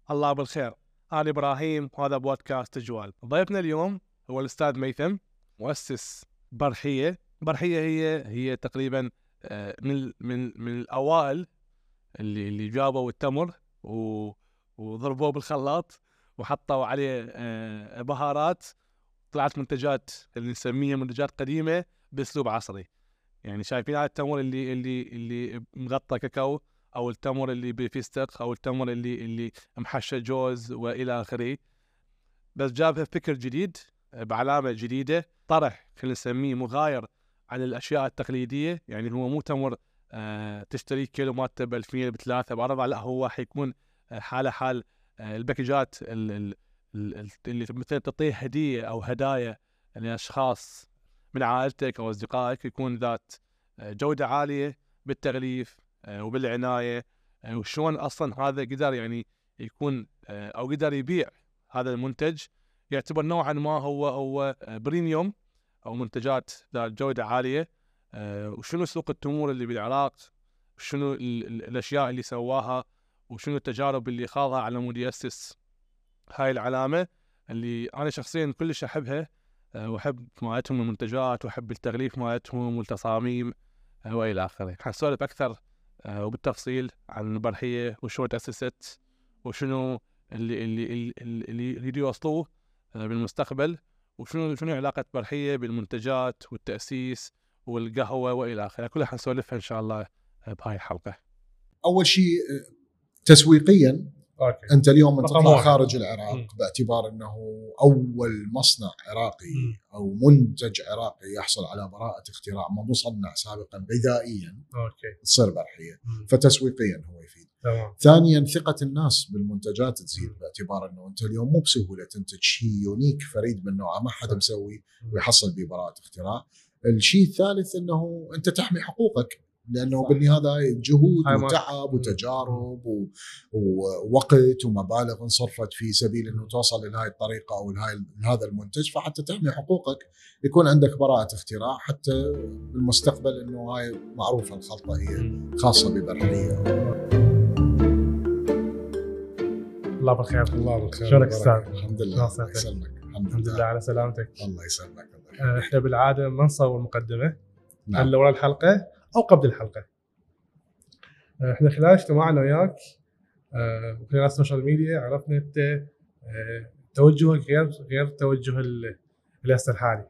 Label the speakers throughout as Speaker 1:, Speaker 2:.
Speaker 1: الله بالخير. أنا إبراهيم وهذا بودكاست تجوال. ضيفنا اليوم هو الأستاذ ميثم، مؤسس برحية. برحية هي تقريبا من الأوائل اللي جابوا التمر وضربوه بالخلاط وحطوا عليه بهارات، طلعت منتجات اللي نسميها منتجات قديمة بأسلوب عصري. يعني شايفين هذا التمر اللي مغطى كاكاو، او التمر اللي بفستق، او التمر اللي محشى جوز والى اخره، بس جابها فكر جديد بعلامه جديده، طرح خلينا نسميه مغاير عن الاشياء التقليديه. يعني هو مو تمر تشتري كيلو مالته ب 2000 ب3 ب4، لا، هو حيكون حاله حال الباكجات اللي مثلا تعطيه هديه او هدايا لاشخاص من عائلتك او اصدقائك، يكون ذات جوده عاليه بالتغليف وبالعنايه. وشون اصلا هذا قدر يعني يكون او قدر يبيع هذا المنتج، يعتبر نوعا ما هو بريميوم او منتجات ذات جوده عاليه. وشنو سوق التمور اللي بالعراق، وشنو الاشياء اللي سواها، وشنو التجارب اللي خاضها على مود يأسس هاي العلامه اللي انا شخصيا كلش احبها. واحب مالتهم المنتجات، واحب التغليف مالتهم والتصاميم والى اخره. حنسولف اكثر وبالتفصيل عن البرحيه وشو تأسست، وشنو اللي يريدوا يوصلوه بالمستقبل، شنو علاقة برحية بالمنتجات والتأسيس والقهوة والى اخره. كلها حنسولفها ان شاء الله بهاي الحلقة.
Speaker 2: اول شيء تسويقيا،
Speaker 3: أوكي.
Speaker 2: انت اليوم تطلع
Speaker 3: واحد.
Speaker 2: خارج العراق باعتبار انه اول مصنع عراقي او منتج عراقي يحصل على براءة اختراع مصنع سابقا غذائيا،
Speaker 3: اوكي،
Speaker 2: تصير برحية. فتسويقيا هو يفيد.
Speaker 3: تمام.
Speaker 2: ثانيا، ثقة الناس بالمنتجات تزيد باعتبار انه انت اليوم مو بسهولة تنتج شيء يونيك فريد من نوعه ما حدا مسوي ويحصل به براءة اختراع. الشيء الثالث انه انت تحمي حقوقك، لانه بالنهايه جهود وتعب وتجارب ووقت ومبالغ انصرفت في سبيل انه توصل لهاي الطريقه او لهذا المنتج. فحتى تحمي حقوقك يكون عندك براءه اختراع، حتى بالمستقبل انه هاي معروفه الخلطه هي خاصه ببرحيه.
Speaker 3: الله بالخير.
Speaker 2: الله بالخير.
Speaker 3: شلونك استاذ؟
Speaker 2: الحمد لله. الله يسلمك.
Speaker 3: الحمد لله على سلامتك.
Speaker 2: الله يسلمك.
Speaker 3: احنا بالعاده ما نصور مقدمه،
Speaker 2: نعم.
Speaker 3: هلا ورا الحلقه او قبل الحلقه. احنا خلال اجتماعنا وياك وخلال السوشيال ميديا عرفنا انت توجهك غير توجه الهسه الحالي.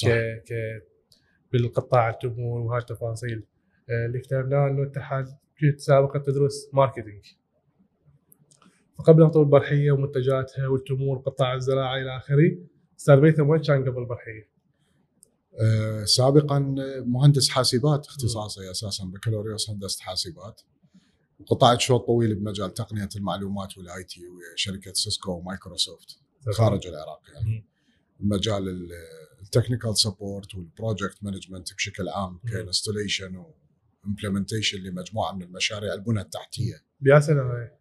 Speaker 3: بالقطاع التمور وهاي التفاصيل اللي افتهمناه انه انت كنت سابقا تدرس ماركتينج. فقبل نطول برحيه ومنتجاتها والتمور والقطاع الزراعي الى اخره، استاذ ميثم وين كان قبل برحيه؟
Speaker 2: سابقا مهندس حاسبات اختصاصي، اساسا بكالوريوس هندسه حاسبات، وقطعت شوط طويل بمجال تقنيه المعلومات والاي تي وشركه سيسكو ومايكروسوفت خارج العراق. يعني مجال التكنيكال سبورت والبروجكت مانجمنت بشكل عام، كانستليشن وامبلمنتيشن لمجموعه من المشاريع البنى التحتيه.
Speaker 3: بيا سنه هاي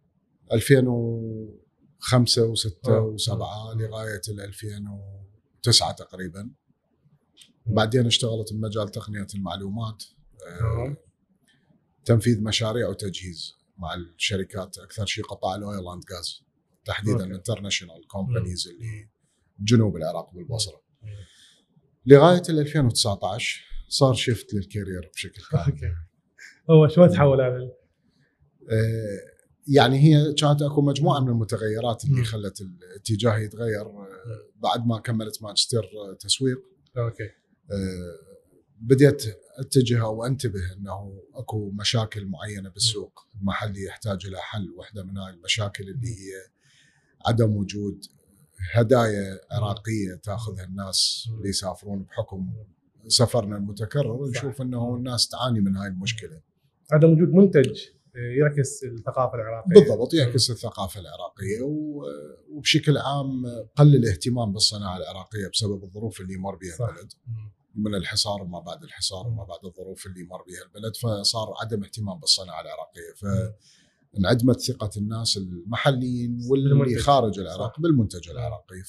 Speaker 2: 2005 و6 و7 لغايه 2009 تقريبا. بعدين اشتغلت بمجال تقنية المعلومات، تنفيذ مشاريع وتجهيز مع الشركات، أكثر شيء قطاع الأويل أند غاز، تحديدا انترناشونال كومبانيز اللي جنوب العراق بالبصرة. لغاية 2019 صار شيفت للكارير بشكل كامل.
Speaker 3: هو شو تحول على
Speaker 2: يعني هي كانت اكو مجموعه من المتغيرات اللي خلت الاتجاه يتغير. بعد ما كملت ماجستير تسويق،
Speaker 3: اوكي،
Speaker 2: بديت اتجه او انتبه انه اكو مشاكل معينه بالسوق المحلي يحتاج الى حل. واحده من هاي المشاكل اللي هي عدم وجود هدايا عراقيه تاخذها الناس اللي يسافرون بحكم سفرنا المتكرر. نشوف انه الناس تعاني من هاي المشكله،
Speaker 3: عدم وجود منتج يعكس الثقافه العراقيه.
Speaker 2: بالضبط، يعكس الثقافه العراقيه، وبشكل عام قل الاهتمام بالصناعه العراقيه بسبب الظروف اللي يمر بها البلد، من الحصار وما بعد الحصار وما بعد الظروف اللي يمر بها البلد. فصار عدم اهتمام بالصناعه العراقيه، فانعدمت ثقه الناس المحليين واللي خارج العراق بالمنتج العراقي.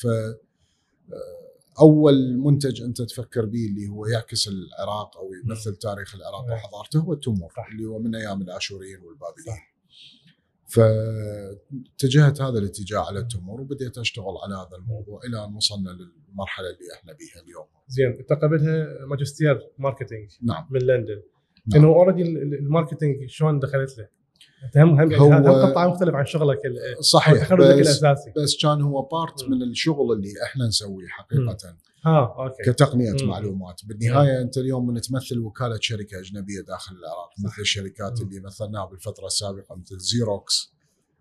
Speaker 2: أول منتج أنت تفكر به اللي هو يعكس العراق أو يمثل تاريخ العراق وحضارته هو التمور، اللي هو من أيام الآشوريين والبابليين. فاتجهت هذا الاتجاه على التمور وبديت اشتغل على هذا الموضوع الى ان وصلنا للمرحله اللي احنا بيها اليوم.
Speaker 3: زين، انت قبلها ماجستير ماركتينج
Speaker 2: نعم
Speaker 3: من لندن.
Speaker 2: نعم.
Speaker 3: انه اوريدي الماركتينج شلون دخلت له؟ انت هم
Speaker 2: هو
Speaker 3: هم قطاع مختلف عن شغلك
Speaker 2: صحيح،
Speaker 3: تخرجك الاساسي.
Speaker 2: بس كان هو بارت من الشغل اللي احنا نسويه حقيقه.
Speaker 3: اوكي.
Speaker 2: كتقنيه معلومات. بالنهايه انت اليوم من تمثل وكاله شركه اجنبيه داخل العراق، مثل الشركات اللي مثلناها بالفتره السابقه مثل زيروكس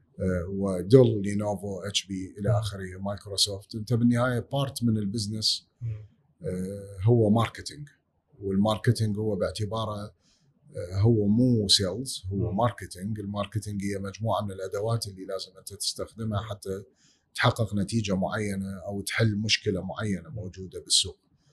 Speaker 2: ودل، لينوفو، اتش بي الى اخره، مايكروسوفت. انت بالنهايه بارت من البزنس هو ماركتينج، والماركتينج هو باعتباره هو مو سيلز، هو ماركتينج. الماركتينج هي مجموعه من الادوات اللي لازم انت تستخدمها حتى تحقق نتيجه معينه او تحل مشكله معينه موجوده بالسوق.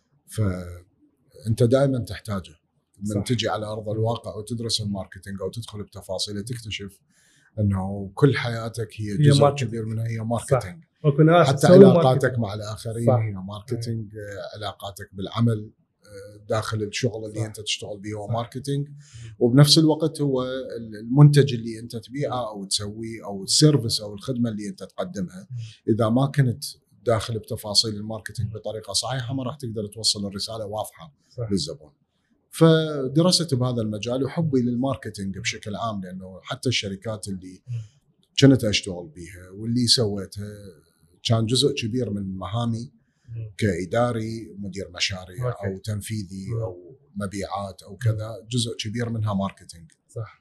Speaker 2: فانت دائما تحتاجه من تجي على ارض الواقع وتدرس الماركتينج او تدخل بتفاصيله، تكتشف انه كل حياتك هي جزء كبير منها هي ماركتينج. حتى علاقاتك مع الاخرين هي ماركتينج، علاقاتك بالعمل داخل الشغل اللي انت تشتغل به هو ماركتينج، وبنفس الوقت هو المنتج اللي انت تبيعه او تسويه او السيرفيس او الخدمه اللي انت تقدمها، اذا ما كنت داخل بتفاصيل الماركتينج بطريقه صحيحه ما راح تقدر توصل الرساله واضحه للزبون. فدرست بهذا المجال وحبي للماركتينج بشكل عام، لانه حتى الشركات اللي كنت اشتغل بيها واللي سويتها كان جزء كبير من مهامي كإداري، مدير مشاريع أو تنفيذي أو مبيعات أو كذا، جزء كبير منها ماركتينج.
Speaker 3: صح.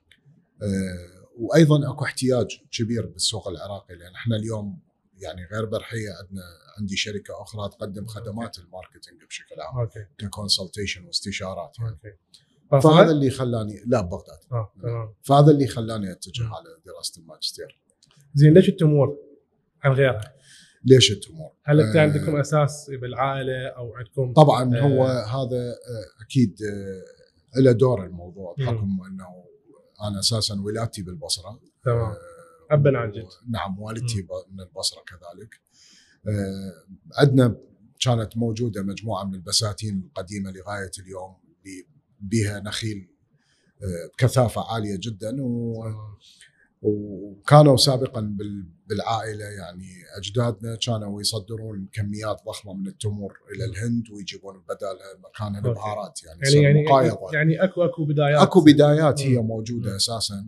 Speaker 2: وأيضا أكو احتياج كبير بالسوق العراقي، لأن احنا اليوم يعني غير برحية عندي شركة أخرى تقدم خدمات الماركتينج بشكل عام ككونسلتيشن واستشارات يعني. فهذا اللي خلاني بغداد. فهذا اللي خلاني أتجه على دراسة الماجستير.
Speaker 3: زين، ليش التمور عن غيرها؟
Speaker 2: ليش التمور؟
Speaker 3: هل انت عندكم اساس بالعائله او عندكم؟
Speaker 2: طبعا هو هذا اكيد له دور الموضوع، بحكم انه انا اساسا ولادتي بالبصره.
Speaker 3: تمام. ابا عن جد.
Speaker 2: نعم، والدتي من البصره كذلك. عندنا كانت موجوده مجموعه من البساتين القديمه لغايه اليوم بها نخيل بكثافه عاليه جدا، وكانوا سابقا بالعائله يعني اجدادنا كانوا يصدرون كميات ضخمه من التمور الى الهند ويجيبون بدالها مكانها البهارات
Speaker 3: يعني اكو بدايات
Speaker 2: هي موجوده اساسا.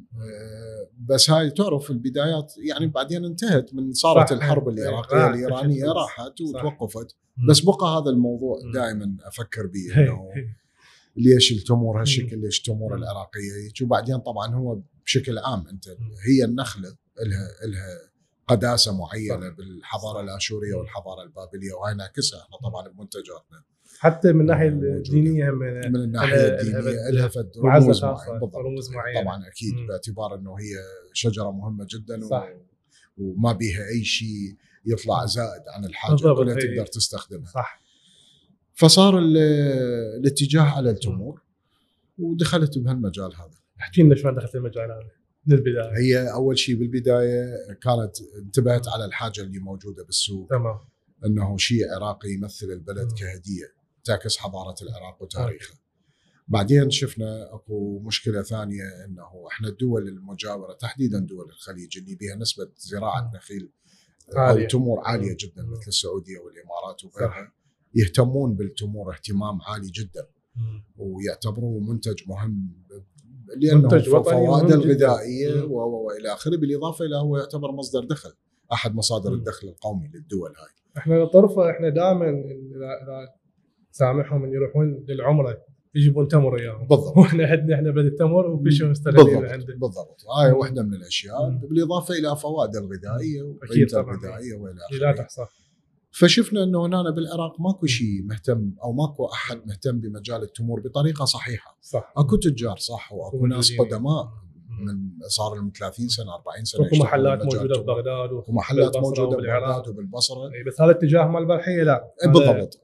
Speaker 2: بس هاي تعرف البدايات يعني بعدين انتهت من صارت الحرب العراقيه الايرانيه راحت وتوقفت. بس بقى هذا الموضوع دائما افكر به انه ليش التمور هالشكل، ليش التمور العراقيه. وبعدين طبعا هو بشكل عام انت هي النخله لها قداسه معينه بالحضاره الاشوريه والحضاره البابليه، وهي نعكسها احنا طبعا بمنتجاتنا
Speaker 3: حتى من الناحيه الدينيه.
Speaker 2: من الناحيه الدينيه لها رموز معينه طبعا اكيد باعتبار انه هي شجره مهمه جدا وما بيها اي شيء يطلع زائد عن الحاجه كلها تقدر تستخدمها.
Speaker 3: صح.
Speaker 2: فصار الاتجاه على التمور ودخلت بهالمجال هذا.
Speaker 3: احكي لنا شلون دخلت المجال هذا من البدايه.
Speaker 2: هي اول شيء بالبدايه كانت انتبهت على الحاجه اللي موجوده بالسوق.
Speaker 3: تمام.
Speaker 2: انه شيء عراقي يمثل البلد كهديه تعكس حضاره العراق وتاريخه. بعدين شفنا اكو مشكله ثانيه، انه احنا الدول المجاوره تحديدا دول الخليج اللي بها نسبه زراعه نخيل او تمور عاليه جدا مثل السعوديه والامارات وغيرها، يهتمون بالتمور اهتمام عالي جدا ويعتبروه منتج مهم لانه فوائده الغذائيه والى اخره، بالاضافه الى هو يعتبر مصدر دخل، احد مصادر الدخل القومي للدول هاي.
Speaker 3: احنا طرفه احنا دائما اذا سامحهم ان يروحون للعمره يجيبون تمر وياهم.
Speaker 2: بالضبط.
Speaker 3: واحنا عندنا احنا بلد التمر وكل شيء مستغلين عنده.
Speaker 2: بالضبط. هاي واحده من الاشياء بالاضافه الى فوائده الغذائيه وقيمته الغذائيه والى اخره.
Speaker 3: لا تحصى.
Speaker 2: فشفنا انه هنا بالعراق ماكو شيء مهتم او ماكو احد مهتم بمجال التمور بطريقه صحيحه.
Speaker 3: صح.
Speaker 2: اكو تجار صح، واكو ناس قدماء من صار لهم 30 سنه 40 سنه
Speaker 3: اكو محلات موجوده ببغداد
Speaker 2: ومحلات موجوده ببغداد وبالبصره.
Speaker 3: بس هذا الاتجاه مال البرحيه لا.
Speaker 2: بالضبط.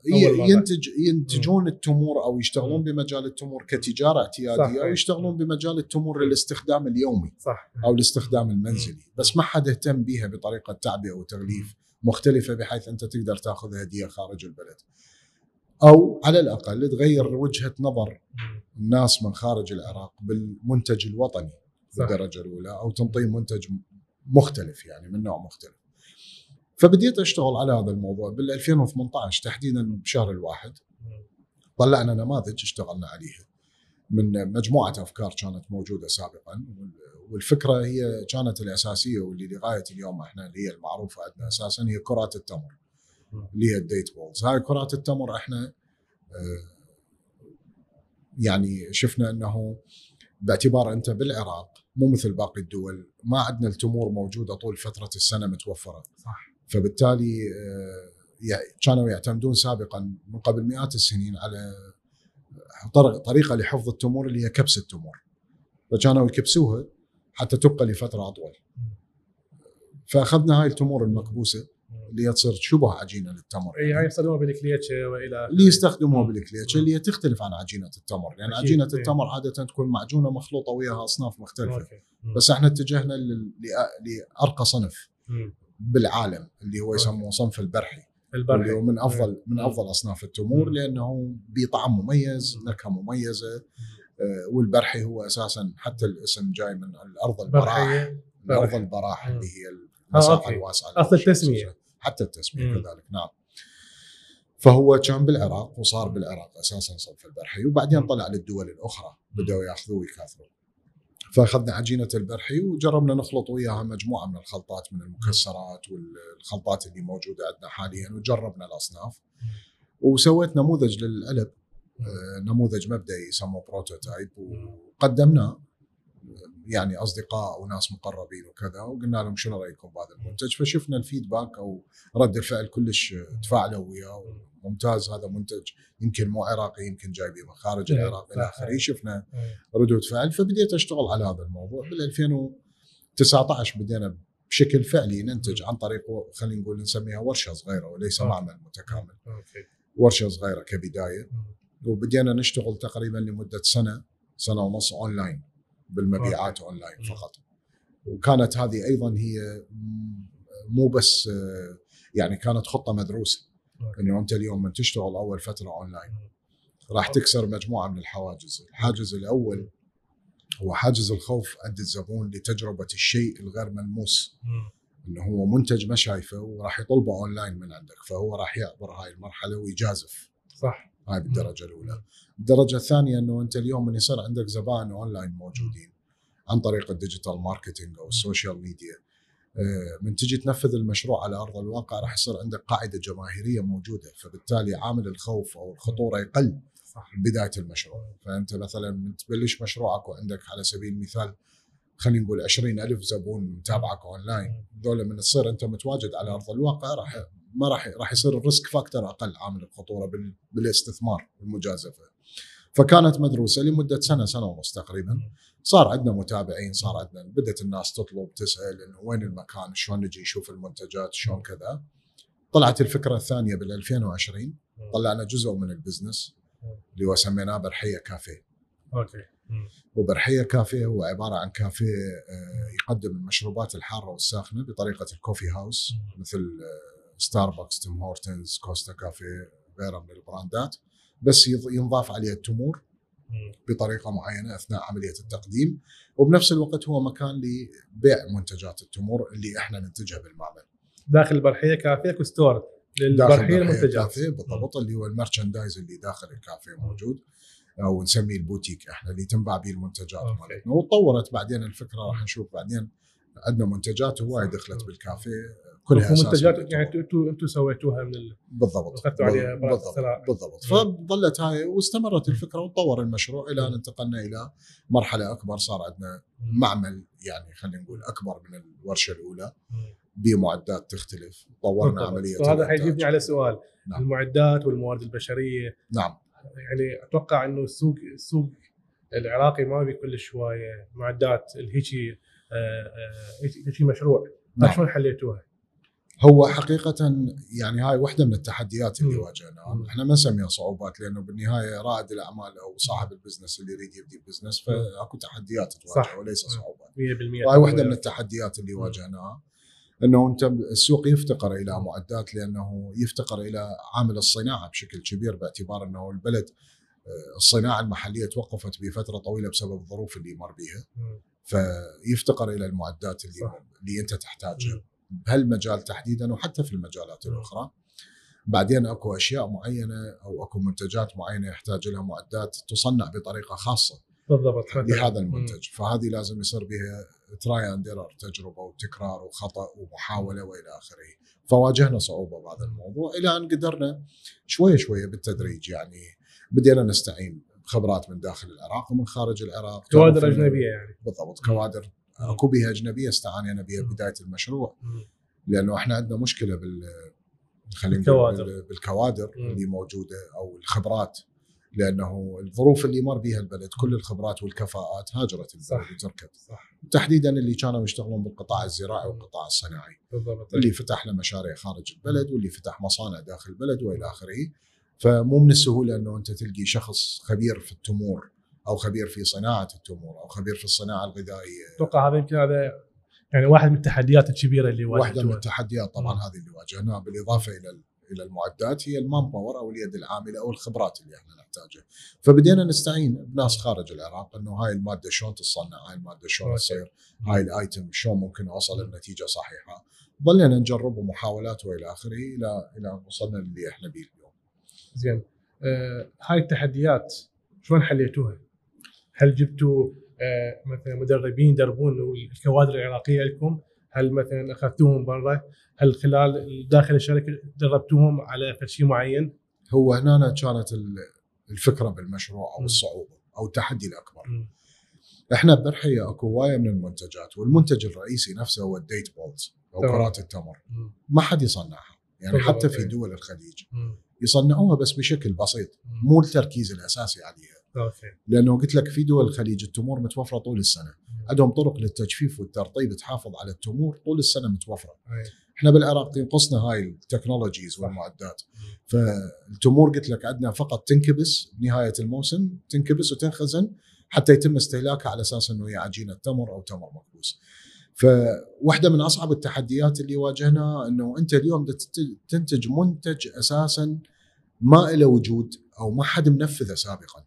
Speaker 2: ينتجون التمور او يشتغلون بمجال التمور كتجاره اعتياديه، او يشتغلون بمجال التمور للاستخدام اليومي.
Speaker 3: صح.
Speaker 2: او الاستخدام المنزلي. بس ما حد اهتم بها بطريقه تعبئه وتغليف مختلفة بحيث أنت تقدر تأخذ هدية خارج البلد، أو على الأقل تغير وجهة نظر الناس من خارج العراق بالمنتج الوطني بالدرجة الأولى، أو تنطي منتج مختلف يعني من نوع مختلف. فبديت اشتغل على هذا الموضوع بال 2018 تحديدا بشهر الواحد. طلعنا نماذج اشتغلنا عليها من مجموعه افكار كانت موجوده سابقا، والفكره هي كانت الاساسيه واللي لغايه اليوم احنا اللي هي المعروفه عندنا اساسا هي كرات التمر اللي هي الديت بولز. هاي كرات التمر احنا يعني شفنا انه باعتبار انت بالعراق مو مثل باقي الدول ما عندنا التمور موجوده طول فتره السنه متوفره.
Speaker 3: صح.
Speaker 2: فبالتالي كانوا يعتمدون سابقا من قبل مئات السنين على طريقه لحفظ التمور اللي هي كبس التمور، فكانوا يكبسوها حتى تبقى لفتره اطول. فاخذنا هاي التمور المكبوسه اللي هي تصير شبه عجينه للتمر،
Speaker 3: اي هاي يستخدموها بالكليتشه والى
Speaker 2: اللي يستخدموها بالكليتشه اللي هي تختلف عن عجينه التمر، لان يعني عجينه التمر عاده تكون معجونه مخلوطه وياها اصناف مختلفه. بس احنا اتجهنا لارقى صنف بالعالم اللي هو يسموه صنف البرحي اللي هو من افضل اصناف التمور لانه بطعم مميز، نكهه مميزه. والبرحي هو اساسا حتى الاسم جاي من الارض البراح، الارض البراح اللي هي المساحه الواسعه،
Speaker 3: اصل التسميه
Speaker 2: حتى التسميه كذلك. نعم. فهو كان بالعراق وصار بالعراق اساسا صنف البرحي، وبعدين طلع للدول الاخرى بداوا ياخذوه ويكاثروا. فاخذنا عجينه البرحي وجربنا نخلط وياها مجموعه من الخلطات من المكسرات والخلطات اللي موجوده عندنا حاليا، وجربنا الاصناف وسويت نموذج للعلب، نموذج مبدئي يسموه بروتوتايب، وقدمناه يعني اصدقاء وناس مقربين وكذا، وقلنا لهم شنو رايكم بهذا المنتج. فشفنا الفيدباك او رد الفعل كلش تفاعلوا وياه، ممتاز هذا منتج يمكن مو عراقي يمكن جايبه من خارج العراق الى اخره. شفنا ردود فعل، فبديت اشتغل على هذا الموضوع. بال 2019 بدينا بشكل فعلي ننتج عن طريق خلينا نقول نسميها ورشه صغيره وليس معمل متكامل. ورشه صغيره كبدايه، وبدينا نشتغل تقريبا لمده سنه ونص اونلاين بالمبيعات اونلاين فقط. وكانت هذه ايضا هي مو بس يعني كانت خطه مدروسه انه انت اليوم من تشتغل اول فتره اونلاين راح تكسر مجموعه من الحواجز. الحاجز الاول هو حاجز الخوف عند الزبون لتجربه الشيء الغير ملموس، انه هو منتج ما شايفه وراح يطلبه اونلاين من عندك، فهو راح يعبر هاي المرحله ويجازف.
Speaker 3: صح.
Speaker 2: هاي بالدرجه الاولى. الدرجه الثانيه انه انت اليوم من يصير عندك زبائن اونلاين موجودين عن طريق الديجيتال ماركتينج او السوشيال ميديا، من تجي تنفذ المشروع على ارض الواقع راح يصير عندك قاعده جماهيريه موجوده، فبالتالي عامل الخوف او الخطوره يقل بدايه المشروع. فانت مثلا من تبلش مشروعك وعندك على سبيل المثال خلينا نقول 20,000 زبون متابعك اونلاين، دول من تصير انت متواجد على ارض الواقع راح يصير الريسك فاكتور اقل، عامل الخطوره بالاستثمار والمجازفه. فكانت مدروسه لمده سنه ونص تقريبا. صار عندنا متابعين، صار عندنا بدات الناس تطلب تسال انه وين المكان، شلون نجي نشوف المنتجات، شلون كذا. طلعت الفكره الثانيه بال 2020 طلعنا جزء من البزنس اللي هو سميناه برحيه كافيه. وبرحيه كافيه هو عباره عن كافيه يقدم المشروبات الحاره والساخنه بطريقه الكوفي هاوس مثل ستاربكس، تيم هورتنز، كوستا كافيه، غيرها من البراندات، بس ينضاف عليه التمور بطريقه معينه اثناء عمليه التقديم، وبنفس الوقت هو مكان لبيع منتجات التمور اللي احنا ننتجها بالمعمل.
Speaker 3: داخل البرحيه كافيه كستور للبرحيه المنتجات
Speaker 2: بالضبط، اللي هو المارشندايز اللي داخل الكافيه موجود، او نسميه البوتيك احنا اللي تنباع به المنتجات مالتنا. وتطورت بعدين الفكره، راح نشوف بعدين عندنا منتجات هواي دخلت بالكافيه كلها
Speaker 3: منتجات يعني انتم سويتوها من
Speaker 2: بالضبط
Speaker 3: اخذتوا عليها
Speaker 2: بالضبط. فظلت هاي واستمرت الفكره وتطور المشروع الى ان انتقلنا الى مرحله اكبر. صار عندنا معمل يعني خلينا نقول اكبر من الورشه الاولى بمعدات تختلف، طورنا عمليه.
Speaker 3: وهذا حيجيبني على سؤال. نعم. المعدات والموارد البشريه.
Speaker 2: نعم.
Speaker 3: يعني اتوقع انه السوق العراقي ما بي كل شويه معدات الهيجي هيجي مشروع. نعم. شلون حليتوها؟
Speaker 2: هو حقيقة يعني هاي واحدة من التحديات اللي واجهناها. احنا ما نسميها صعوبات لأنه بالنهاية رائد الأعمال أو صاحب البزنس اللي يريد يبدي بزنس فأكو تحديات تواجه وليس صعوبات.
Speaker 3: 100%.
Speaker 2: وهاي واحدة من التحديات اللي واجهناها، أنه أنت السوق يفتقر إلى معدات، لأنه يفتقر إلى عامل الصناعة بشكل كبير، باعتبار أنه البلد الصناعة المحلية توقفت بفترة طويلة بسبب الظروف اللي مر بيها. فيفتقر الى المعدات اللي انت تحتاجها بهالمجال تحديدا وحتى في المجالات الاخرى. بعدين اكو اشياء معينه او اكو منتجات معينه يحتاج لها معدات تصنع بطريقه خاصه
Speaker 3: بالضبط
Speaker 2: لهذا المنتج، فهذه لازم يصير بها تراي اند ايرور، تجربه وتكرار وخطا ومحاوله والى اخره. فواجهنا صعوبه بهذا الموضوع الى ان قدرنا شويه شويه بالتدريج، يعني بدينا نستعين بخبرات من داخل العراق ومن خارج العراق،
Speaker 3: كوادر اجنبيه يعني.
Speaker 2: بالضبط، كوادر اكو بها اجنبيه استعانينا بها بدايه المشروع، لانه احنا عندنا مشكله خلينا نقول بالكوادر اللي موجوده او الخبرات، لانه الظروف اللي مر بها البلد كل الخبرات والكفاءات هاجرت البلد وتركت، تحديدا اللي كانوا يشتغلون بالقطاع الزراعي والقطاع الصناعي، اللي فتح له مشاريع خارج البلد واللي فتح مصانع داخل البلد والى اخره. فمو من السهوله انه انت تلقي شخص خبير في التمور او خبير في صناعه التمور او خبير في الصناعه الغذائيه.
Speaker 3: اتوقع هذا يمكن هذا يعني واحد من التحديات الكبيره اللي
Speaker 2: واحده من التحديات طبعا هذه اللي واجهناها، بالاضافه الى المعدات هي المان باور او اليد العامله او الخبرات اللي احنا نحتاجها. فبدينا نستعين بناس خارج العراق انه هاي الماده شلون تصنع، هاي الماده شلون تصير، هاي الايتم شلون ممكن اوصل لنتيجه صحيحه. ظلينا نجرب ومحاولات والى اخره الى وصلنا اللي احنا به اليوم.
Speaker 3: زين، هاي التحديات شلون حليتوها؟ هل جبتوا مثلا مدربين يدربون الكوادر العراقيه لكم؟ هل مثلا اخذتوهم برا؟ هل خلال داخل الشركه دربتوهم على شيء معين؟
Speaker 2: هو هنا كانت الفكره بالمشروع او الصعوبه او التحدي الاكبر. احنا ببرحيه اكو هوايه من المنتجات، والمنتج الرئيسي نفسه هو الديت بولز او كرات التمر. ما حد يصنعها، يعني حتى في دول الخليج يصنعوها بس بشكل بسيط، مو التركيز الاساسي عليها. لانه قلت لك في دول الخليج التمور متوفره طول السنه، عندهم طرق للتجفيف والترطيب تحافظ على التمور طول السنه متوفره. احنا بالعراق ينقصنا هاي التكنولوجيز والمعدات، فالتمور قلت لك عندنا فقط تنكبس بنهايه الموسم، تنكبس وتنخزن حتى يتم استهلاكها على اساس انه هي عجينه تمر او تمر مكبوس. فواحده من اصعب التحديات اللي واجهناها انه انت اليوم تنتج منتج اساسا ما له وجود او ما حد منفذه سابقا.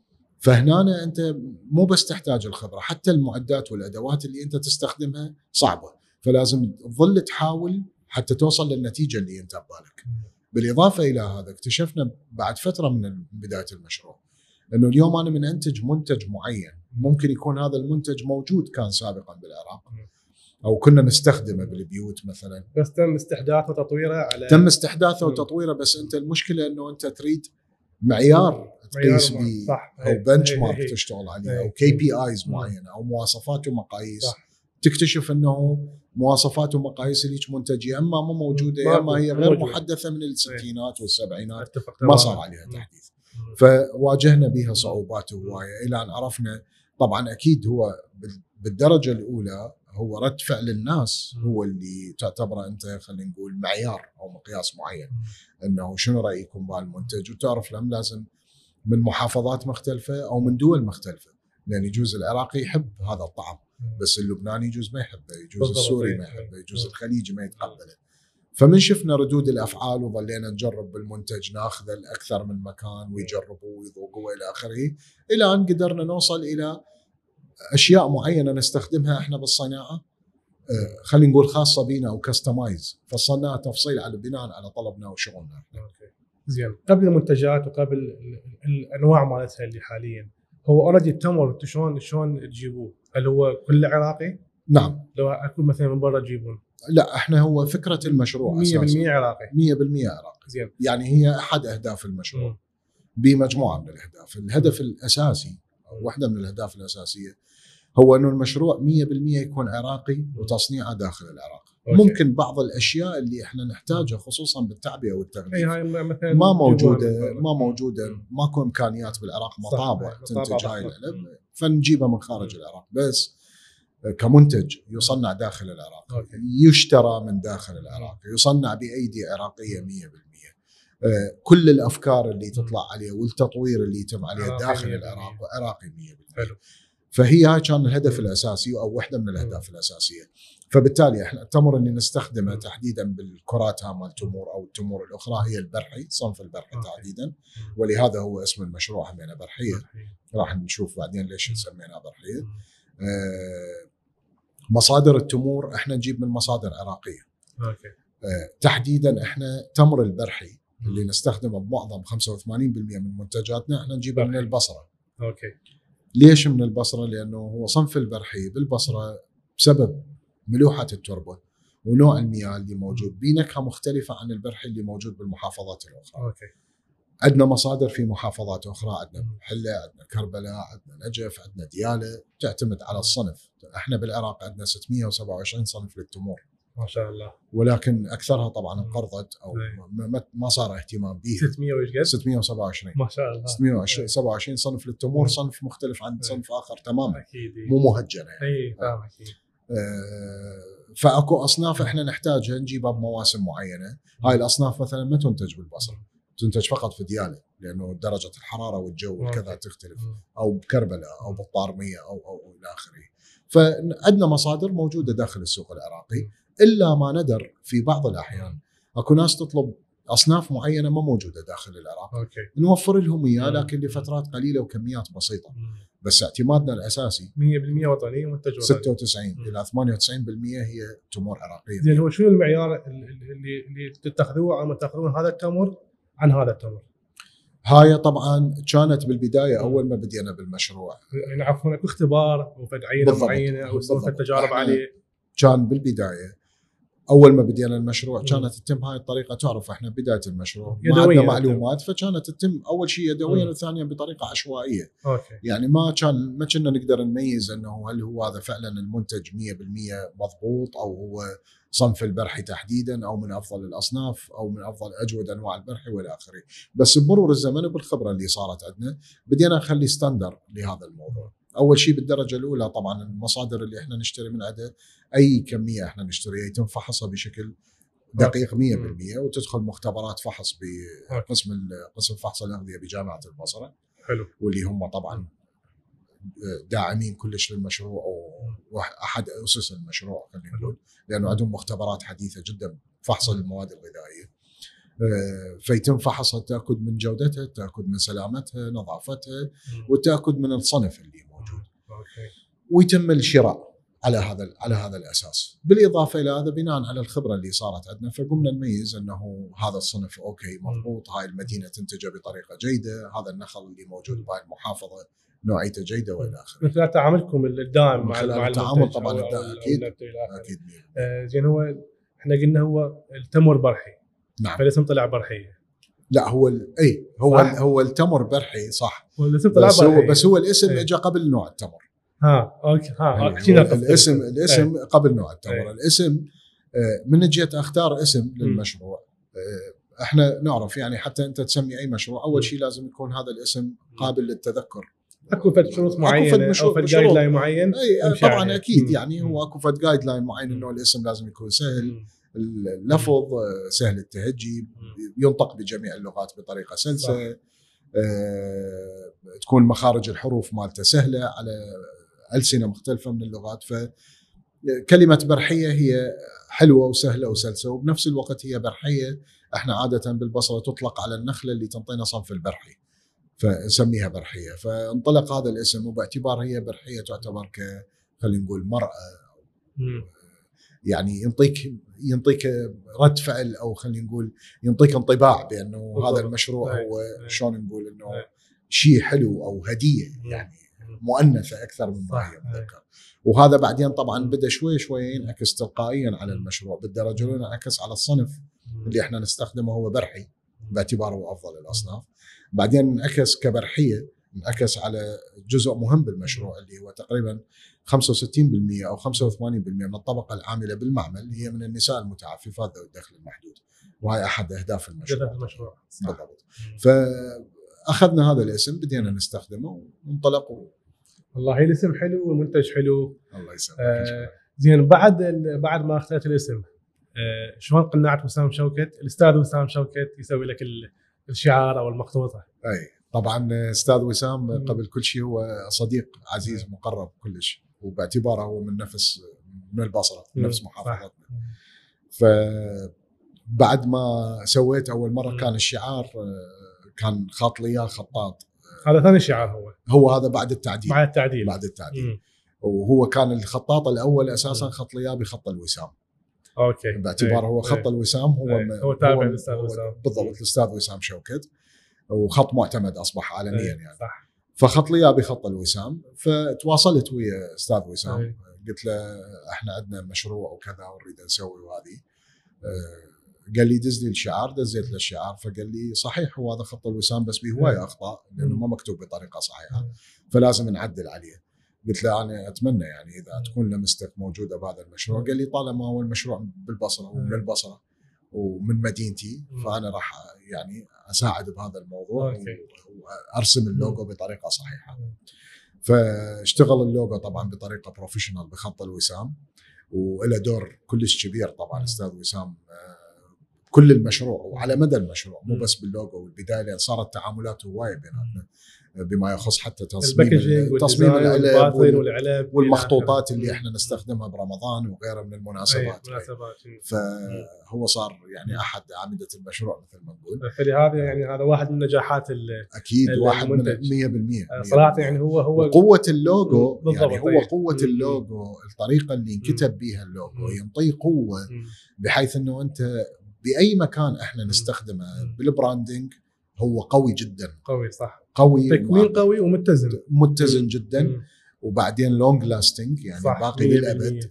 Speaker 2: فهنا انت مو بس تحتاج الخبره، حتى المعدات والادوات اللي انت تستخدمها صعبه، فلازم تظل تحاول حتى توصل للنتيجه اللي انت ببالك. بالاضافه الى هذا اكتشفنا بعد فتره من بدايه المشروع انه اليوم انا من انتج منتج معين ممكن يكون هذا المنتج موجود كان سابقا بالعراق او كنا نستخدمه بالبيوت مثلا،
Speaker 3: بس تم استحداثه وتطويره
Speaker 2: تم استحداثه وتطويره، بس انت المشكله انه انت تريد معيار تقيس به او بنش مارك تشتغل عليه او كي بي ايز معينه او مواصفات ومقاييس. تكتشف انه مواصفات ومقاييس ليش منتج يا اما مو موجوده يا اما هي غير محدثه من الستينات والسبعينات ما صار عليها تحديث. فواجهنا بها صعوبات هوايه الى ان عرفنا طبعا اكيد هو بالدرجه الاولى هو رد فعل الناس هو اللي تعتبره انت خلينا نقول معيار او مقياس معين، انه شنو رايكم بهالمنتج. وتعرف لهم لازم من محافظات مختلفه او من دول مختلفه، لان يجوز العراقي يحب هذا الطعم بس اللبناني يجوز ما يحبه، يجوز السوري ما يحبه، يجوز الخليجي ما يتقبله. فمن شفنا ردود الافعال وظلينا نجرب بالمنتج، ناخذه لاكثر من مكان ويجربوا ويذوقوا الى اخره، الى ان قدرنا نوصل الى اشياء معينه نستخدمها احنا بالصناعه خلينا نقول خاصه بينا او كستمايز، فصلناها تفصيل على بناء على طلبنا وشغلنا.
Speaker 3: زين، قبل المنتجات وقبل الانواع مالتها اللي حاليا، هو اوريدي التمر انتم شلون تجيبوه؟ هل هو كله عراقي؟
Speaker 2: نعم.
Speaker 3: لو اكو مثلا من برا تجيبون؟
Speaker 2: لا، احنا هو فكره المشروع
Speaker 3: 100% عراقي.
Speaker 2: 100% عراقي.
Speaker 3: زين.
Speaker 2: يعني هي احد اهداف المشروع بمجموعه من الاهداف. الهدف الاساسي او واحده من الاهداف الاساسيه هو انه المشروع 100% يكون عراقي وتصنيعه داخل العراق. أوكي. ممكن بعض الاشياء اللي احنا نحتاجها خصوصا بالتعبئه والتغليف ما موجوده ماكو امكانيات بالعراق مطابع تنتج هاي العلب، فنجيبها من خارج العراق. بس كمنتج يصنع داخل العراق. أوكي. يشترى من داخل العراق، يصنع بايدي عراقيه 100%. كل الافكار اللي تطلع عليه والتطوير اللي يتم عليه داخل العراق عراقي 100%. حلو. فهي هاي كان الهدف الاساسي او واحده من الاهداف الاساسيه. فبالتالي احنا التمر اللي نستخدمه تحديدا بالكرات مال التمور او التمور الاخرى هي البرحي، صنف البرحي تحديدا، ولهذا هو اسم المشروع همينه برحيه. راح نشوف بعدين ليش سميناه برحيه. مصادر التمور احنا نجيب من مصادر عراقيه.
Speaker 3: اوكي.
Speaker 2: تحديدا احنا تمر البرحي اللي نستخدمه بمعظم 85% من منتجاتنا احنا نجيبه من البصره.
Speaker 3: اوكي.
Speaker 2: ليش من البصره؟ لانه هو صنف البرحي بالبصره بسبب ملوحه التربه ونوع المياه اللي موجود بنكهه مختلفه عن البرحي اللي موجود بالمحافظات الاخرى.
Speaker 3: اوكي.
Speaker 2: عندنا مصادر في محافظات اخرى، عندنا حله، عندنا كربلاء، عندنا نجف، عندنا دياله، تعتمد على الصنف. احنا بالعراق عندنا 627 صنف للتمور
Speaker 3: ما شاء الله،
Speaker 2: ولكن اكثرها طبعا انقرضت او ما صار اهتمام بها.
Speaker 3: 600 وإيش قد؟
Speaker 2: 627
Speaker 3: ما شاء الله.
Speaker 2: 627 صنف للتمور، صنف مختلف عن صنف اخر تماما،
Speaker 3: اكيد
Speaker 2: مو مهجنه يعني.
Speaker 3: اي فاهم اكيد.
Speaker 2: فاكو اصناف احنا نحتاجها نجيبها بمواسم معينه. هاي الاصناف مثلا ما تنتج بالبصره، تنتج فقط في دياله لانه درجه الحراره والجو وكذا تختلف، او بكربلاء او بالطارميه او الى اخره. فعندنا مصادر موجوده داخل السوق العراقي، الا ما ندر في بعض الاحيان اكو ناس تطلب اصناف معينه ما موجوده داخل العراق.
Speaker 3: اوكي.
Speaker 2: نوفر لهم اياه لكن لفترات قليله وكميات بسيطه. بس اعتمادنا الاساسي
Speaker 3: 100% وطني، منتج وطني.
Speaker 2: 96 الى 98% هي تمور عراقيه.
Speaker 3: زين، هو شنو المعيار اللي تتخذوه عم تاخذون هذا التمر عن هذا التمر؟
Speaker 2: هاي طبعا كانت بالبدايه اول ما بدينا بالمشروع،
Speaker 3: يعني عفوا اكو اختبار وفد عينه معينه او سوف التجارب عليه؟
Speaker 2: كان بالبدايه اول ما بدينا المشروع كانت تتم هاي الطريقه. تعرف احنا بدايه المشروع ما عندنا معلومات، فكانت تتم اول شيء يدويا وثانيا بطريقه عشوائيه.
Speaker 3: اوكي.
Speaker 2: يعني ما كنا نقدر نميز انه هل هو هذا فعلا المنتج 100% مضبوط، او هو صنف البرحي تحديدا، او من افضل الاصناف، او من افضل اجود انواع البرحي والى اخره. بس بمرور الزمن وبالخبره اللي صارت عندنا بدينا نخلي ستاندر لهذا الموضوع. اول شيء بالدرجه الاولى طبعا المصادر اللي احنا نشتري من عندها اي كميه احنا نشتريها يتم فحصها بشكل دقيق 100%، وتدخل مختبرات فحص قسم فحص الاغذيه بجامعه البصره.
Speaker 3: حلو.
Speaker 2: واللي هم طبعا داعمين كلش للمشروع واحد اسس المشروع خلينا نقول، لانه عندهم مختبرات حديثه جدا فحص المواد الغذائيه. فيتم فحصها، التاكد من جودتها، التاكد من سلامتها، نظافتها، والتاكد من الصنف اللي موجود. ويتم الشراء على هذا الاساس. بالاضافه الى هذا بناء على الخبره اللي صارت عندنا فقمنا نميز انه هذا الصنف اوكي مضبوط، هاي المدينه تنتجه بطريقه جيده، هذا النخل اللي موجود بهاي المحافظه نوعيته جيده والى اخره.
Speaker 3: من خلال تعاملكم الدائم مع
Speaker 2: التعامل طبعا اكيد.
Speaker 3: زين، هو احنا قلنا هو التمر برحي.
Speaker 2: نعم.
Speaker 3: فالاسم طلع برحيه.
Speaker 2: لا هو التمر برحي صح.
Speaker 3: هو الاسم طلع برحي.
Speaker 2: بس هو الاسم اجى قبل نوع التمر.
Speaker 3: اوكي.
Speaker 2: الاسم قبل نوع التمر. الاسم من جيت اختار اسم للمشروع، احنا نعرف يعني حتى انت تسمي اي مشروع اول شيء لازم يكون هذا الاسم قابل للتذكر.
Speaker 3: اكو فد شروط معينه او فد جايد لاين معين.
Speaker 2: طبعا اكيد يعني هو اكو فد جايد لاين معين انه الاسم لازم يكون سهل اللفظ، سهل التهجي، ينطق بجميع اللغات بطريقه سلسه، تكون مخارج الحروف مالته سهله على ألسنة مختلفه من اللغات. فكلمه برحيه هي حلوه وسهله وسلسه، وبنفس الوقت هي برحيه. احنا عاده بالبصره تطلق على النخله اللي تنطينا صنف البرحي فنسميها برحيه. فانطلق هذا الاسم، وباعتبار هي برحيه تعتبر خلينا نقول مرأة، يعني ينطيك رد فعل، او خلينا نقول ينطيك انطباع بانه هذا المشروع هو شلون نقول انه شيء حلو او هديه يعني مؤنثه اكثر مما هي مذكر. وهذا بعدين طبعا بدا شوي ينعكس تلقائيا على المشروع. بالدرجه الاولى انعكس على الصنف اللي احنا نستخدمه هو برحي باعتباره افضل الاصناف. بعدين انعكس كبرحيه، انعكس على جزء مهم بالمشروع اللي هو تقريبا 65% او 85% من الطبقه العامله بالمعمل هي من النساء المتعففات ذوي الدخل المحدود، وهي احد اهداف المشروع. بالضبط. فاخذنا هذا الاسم بدينا نستخدمه وننطلق.
Speaker 3: والله الاسم حلو والمنتج حلو.
Speaker 2: الله يسلمك.
Speaker 3: زين، بعد ما اخترت الاسم شلون قنعت وسام شوكت الاستاذ وسام شوكت يسوي لك الشعار او المخطوطه؟
Speaker 2: اي طبعا استاذ وسام قبل كل شيء هو صديق عزيز مقرب كلش، وباعتباره هو من البصره نفس محافظتنا. فبعد ما سويت اول مره كان الشعار كان خاط لي خطاط.
Speaker 3: هذا ثاني شعار هو
Speaker 2: هذا بعد التعديل.
Speaker 3: بعد التعديل.
Speaker 2: وهو كان الخطاط الاول اساسا خط ليابي خط الوسام.
Speaker 3: اوكي.
Speaker 2: باعتبار هو خط الوسام
Speaker 3: هو تابع للاستاذ وسام.
Speaker 2: بالضبط، الاستاذ وسام شوكت، وخط معتمد اصبح عالميا يعني.
Speaker 3: صح.
Speaker 2: فخط ليابي خط الوسام. فتواصلت ويا استاذ وسام، قلت له احنا عندنا مشروع وكذا ونريد نسوي وهذه. قال لي دز لي الشعار، دزيت له الشعار، فقال لي صحيح هو هذا خط الوسام بس به هوايه اخطاء لانه ما مكتوب بطريقه صحيحه فلازم نعدل عليه. قلت له انا اتمنى يعني اذا تكون لمستك موجوده بهذا المشروع. قال لي طالما هو المشروع بالبصره ومن البصره ومن مدينتي فانا راح يعني اساعد بهذا الموضوع وارسم اللوجو بطريقه صحيحه. فاشتغل اللوجو طبعا بطريقه بروفيشنال بخط الوسام، وله دور كلش كبير طبعا استاذ وسام كل المشروع وعلى مدى المشروع، مو بس باللوجو والبدايه، لان صارت تعاملات هوايه بيناتنا بما يخص حتى تصميم العلب والمخطوطات اللي احنا نستخدمها برمضان وغيرها من المناسبات. فهو صار يعني احد اعمده المشروع مثل ما نقول.
Speaker 3: فلهذا يعني هذا واحد من نجاحات
Speaker 2: اكيد واحد من 100%
Speaker 3: صراحه. يعني هو
Speaker 2: قوه اللوجو يعني هو قوه اللوجو، الطريقه اللي انكتب بها اللوجو ينطي قوه بحيث انه انت باي مكان احنا نستخدمه بالبراندنج هو قوي جدا.
Speaker 3: قوي صح.
Speaker 2: قوي
Speaker 3: تكوين قوي ومتزن
Speaker 2: جدا. وبعدين لونج لاستنج يعني باقي للابد.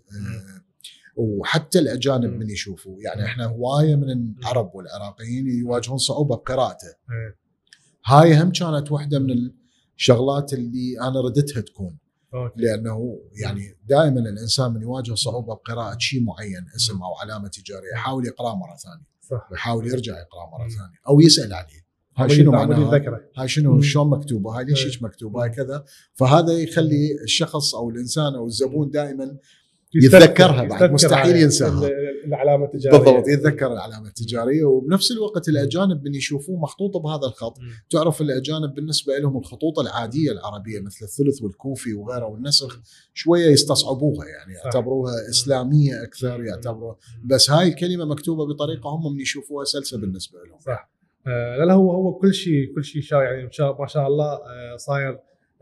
Speaker 2: وحتى الاجانب من يشوفوا يعني احنا هوايه من العرب والعراقيين يواجهون صعوبه بقراءته. هاي هم كانت واحده من الشغلات اللي انا ردتها تكون. لانه يعني دائما الانسان من يواجه صعوبه بقراءه شيء معين، اسم او علامه تجاريه، يحاول يقراه مره ثانيه ويحاول يرجع يقراه مره ثانيه او يسال عليه هاي شنو معناها، هاي شنو شلون مكتوبه، هاي ليش مكتوبه، هاي كذا. فهذا يخلي الشخص او الانسان او الزبون دائما يتذكرها بعد، مستحيل ينساها
Speaker 3: العلامه التجاريه.
Speaker 2: بالضبط، يتذكر العلامه التجاريه. وبنفس الوقت الاجانب من يشوفوه مخطوطه بهذا الخط، تعرف الاجانب بالنسبه لهم الخطوط العاديه العربيه مثل الثلث والكوفي وغيره والنسخ شويه يستصعبوها، يعني يعتبروها اسلاميه اكثر، يعتبروها بس هاي الكلمه مكتوبه بطريقه هم من يشوفوها سلسه بالنسبه لهم.
Speaker 3: صح. لا هو كل شيء يعني ما شاء الله صاير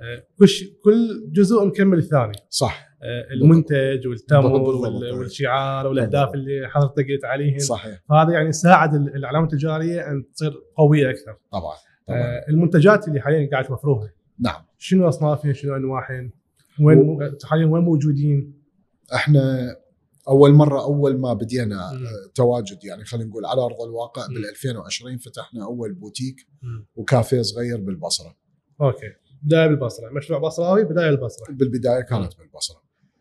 Speaker 3: كل جزء مكمل الثاني.
Speaker 2: صح.
Speaker 3: المنتج والتمر والشعار والاهداف اللي حضرتك قلت عليهم.
Speaker 2: صحيح.
Speaker 3: هذا يعني ساعد العلامه التجاريه ان تصير قويه اكثر.
Speaker 2: طبعا.
Speaker 3: المنتجات اللي حاليا قاعد توفروها،
Speaker 2: نعم،
Speaker 3: شنو اصنافهم، شنو انواعهم، حاليا وين موجودين؟
Speaker 2: احنا اول ما بدينا تواجد يعني خلينا نقول على ارض الواقع بال 2020 فتحنا اول بوتيك وكافيه صغير بالبصره.
Speaker 3: اوكي. بدايه بالبصره، مشروع بصراوي. بدايه البصره
Speaker 2: بالبدايه كانت بالبصره.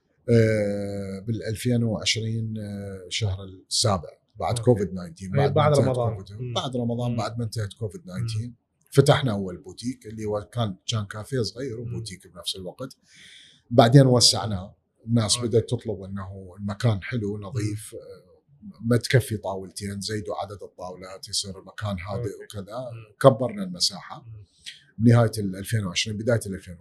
Speaker 2: بال 2020 شهر السابع بعد كوفيد 19
Speaker 3: بعد رمضان.
Speaker 2: بعد رمضان بعد ما انتهت كوفيد 19 فتحنا اول بوتيك اللي هو كان كافيه صغير وبوتيك بنفس الوقت. بعدين وسعناه، الناس بدأت تطلب انه المكان حلو نظيف ما تكفي طاولتين، زيدوا عدد الطاولات يصير المكان هادئ وكذا. كبرنا المساحه بنهايه 2020 بدايه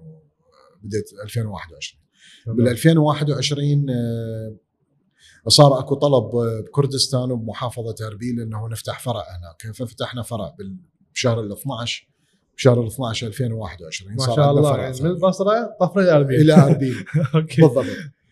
Speaker 2: 2021. بال 2021 صار اكو طلب بكردستان وبمحافظه اربيل انه نفتح فرع هناك، ففتحنا فرع بشهر ال12 بشهر 12 2021.
Speaker 3: ما شاء الله يعني من البصره طفره
Speaker 2: الى اربيل. بالضبط.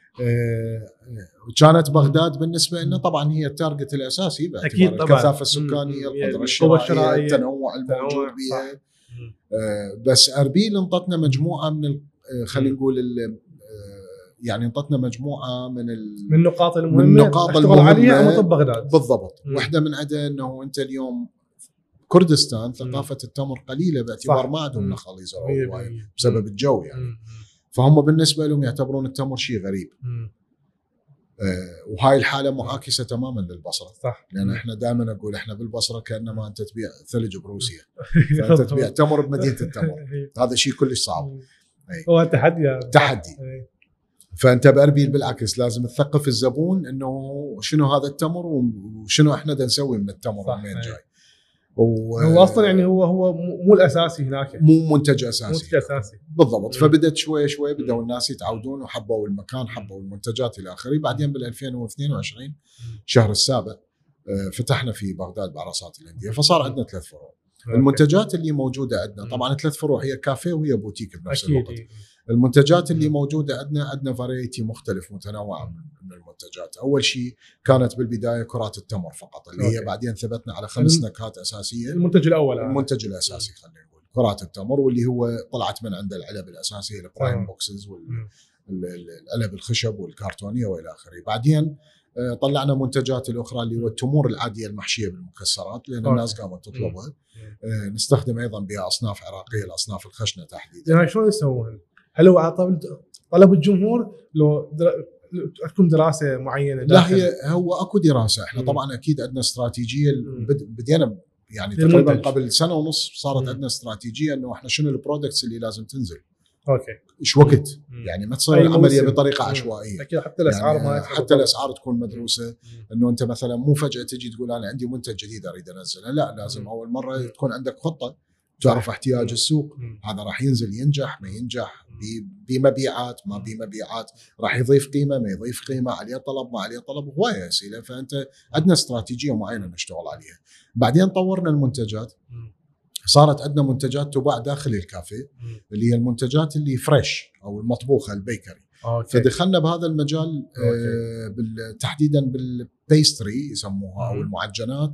Speaker 2: وكانت بغداد بالنسبه لنا طبعا هي التارجت الاساسي باعتبار الكثافه السكانيه، القدره الشرائيه، التنوع الموجود بها. بس اربيل انطتنا مجموعه من خلينا نقول يعني انطتنا مجموعه من
Speaker 3: النقاط المهمه عليها مطب بغداد.
Speaker 2: بالضبط. واحده من عدها انه انت اليوم كردستان ثقافه التمر قليله باعتبار ما عندهم نخل يزرعوا بسبب الجو يعني. فهم بالنسبه لهم يعتبرون التمر شيء غريب. وهاي الحاله معاكسه تماما للبصره.
Speaker 3: صح.
Speaker 2: لان احنا دائما اقول احنا بالبصره كانما انت تبيع ثلج بروسيا فانت تبيع تمر بمدينه التمر. هذا شيء كلش صعب.
Speaker 3: هو تحدي.
Speaker 2: فانت باربيل بالعكس لازم تثقف الزبون انه شنو هذا التمر وشنو احنا بدنا نسوي من التمر ومن جاي.
Speaker 3: هو اصلا يعني هو مو الاساسي هناك،
Speaker 2: مو منتج اساسي. بالضبط.
Speaker 3: مم.
Speaker 2: فبدت شوي بدأوا الناس يتعودون وحبوا المكان، حبوا المنتجات الى اخره. بعدين بال 2022 شهر السابع فتحنا في بغداد بعرصات الانديه، فصار عندنا 3 فروع. المنتجات اللي موجوده عندنا طبعا 3 فروع، هي كافيه وهي بوتيك بنفس
Speaker 3: أكيد.
Speaker 2: الوقت. المنتجات اللي موجوده عندنا فاريتي مختلف متنوع من المنتجات. اول شيء كانت بالبدايه كرات التمر فقط، اللي هي بعدين ثبتنا على 5 نكهات اساسيه.
Speaker 3: المنتج الاول
Speaker 2: المنتج الاساسي خلينا نقول كرات التمر، واللي هو طلعت من عند العلب الاساسيه البرايم بوكسز والعلب الخشب والكرتونيه والى اخره. بعدين طلعنا منتجات الاخرى اللي هو التمور العاديه المحشيه بالمكسرات، لان الناس قامت تطلبها. نستخدم ايضا بها اصناف عراقيه، الاصناف الخشنه تحديدا.
Speaker 3: يعني شلون يسوون؟ هل هو على طلب الجمهور لو عندكم دراسه معينه؟
Speaker 2: لا، هو اكو دراسه. احنا طبعا اكيد عندنا استراتيجيه. بدينا يعني تقريبا قبل سنه ونص صارت عندنا استراتيجيه انه احنا شنو البرودكتس اللي لازم تنزل.
Speaker 3: اوكي.
Speaker 2: ايش وقت يعني ما تصير العمليه بطريقه عشوائيه.
Speaker 3: اكيد حتى الاسعار
Speaker 2: يعني حتى الاسعار تكون مدروسه. انه انت مثلا مو فجاه تجي تقول انا عندي منتج جديد اريد انزله، لا، لازم اول مره تكون عندك خطه، تعرف احتياج السوق. هذا راح ينزل ينجح ما ينجح، بمبيعات ما بمبيعات، راح يضيف قيمه ما يضيف قيمه، عليه طلب ما عليه طلب، هوايه اسئله. فانت عندنا استراتيجيه معينه نشتغل عليها. بعدين طورنا المنتجات، صارت عندنا منتجات تباع داخل الكافيه اللي هي المنتجات اللي فريش او المطبوخه البيكري. فدخلنا بهذا المجال تحديدا بالبيستري يسموها او المعجنات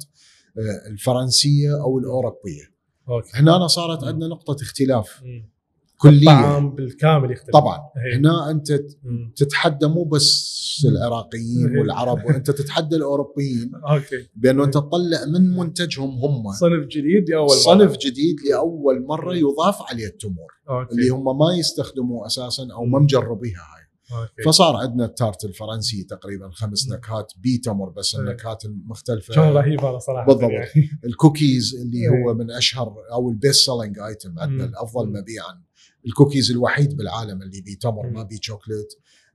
Speaker 2: الفرنسيه او الاوروبيه. هنا صارت عندنا نقطه اختلاف كليه.
Speaker 3: الطعام بالكامل يختلف
Speaker 2: طبعا. هنا انت تتحدى مو بس العراقيين والعرب، وانت تتحدى الاوروبيين. بانه انت تطلع من منتجهم هم
Speaker 3: صنف جديد لاول مره،
Speaker 2: صنف جديد لاول مره يضاف عليه التمور اللي هم ما يستخدموه اساسا او ما مجربيها هاي. فصار عندنا التارت الفرنسي تقريبا 5 نكهات بتمر، بس النكهات المختلفه
Speaker 3: شو رهيب هذا صراحه.
Speaker 2: بالضبط. يعني. الكوكيز اللي هو من اشهر او البيست سيلينج ايتم عندنا، الافضل مبيعا. الكوكيز الوحيد بالعالم اللي بيه تمر ما بيه شوكليت.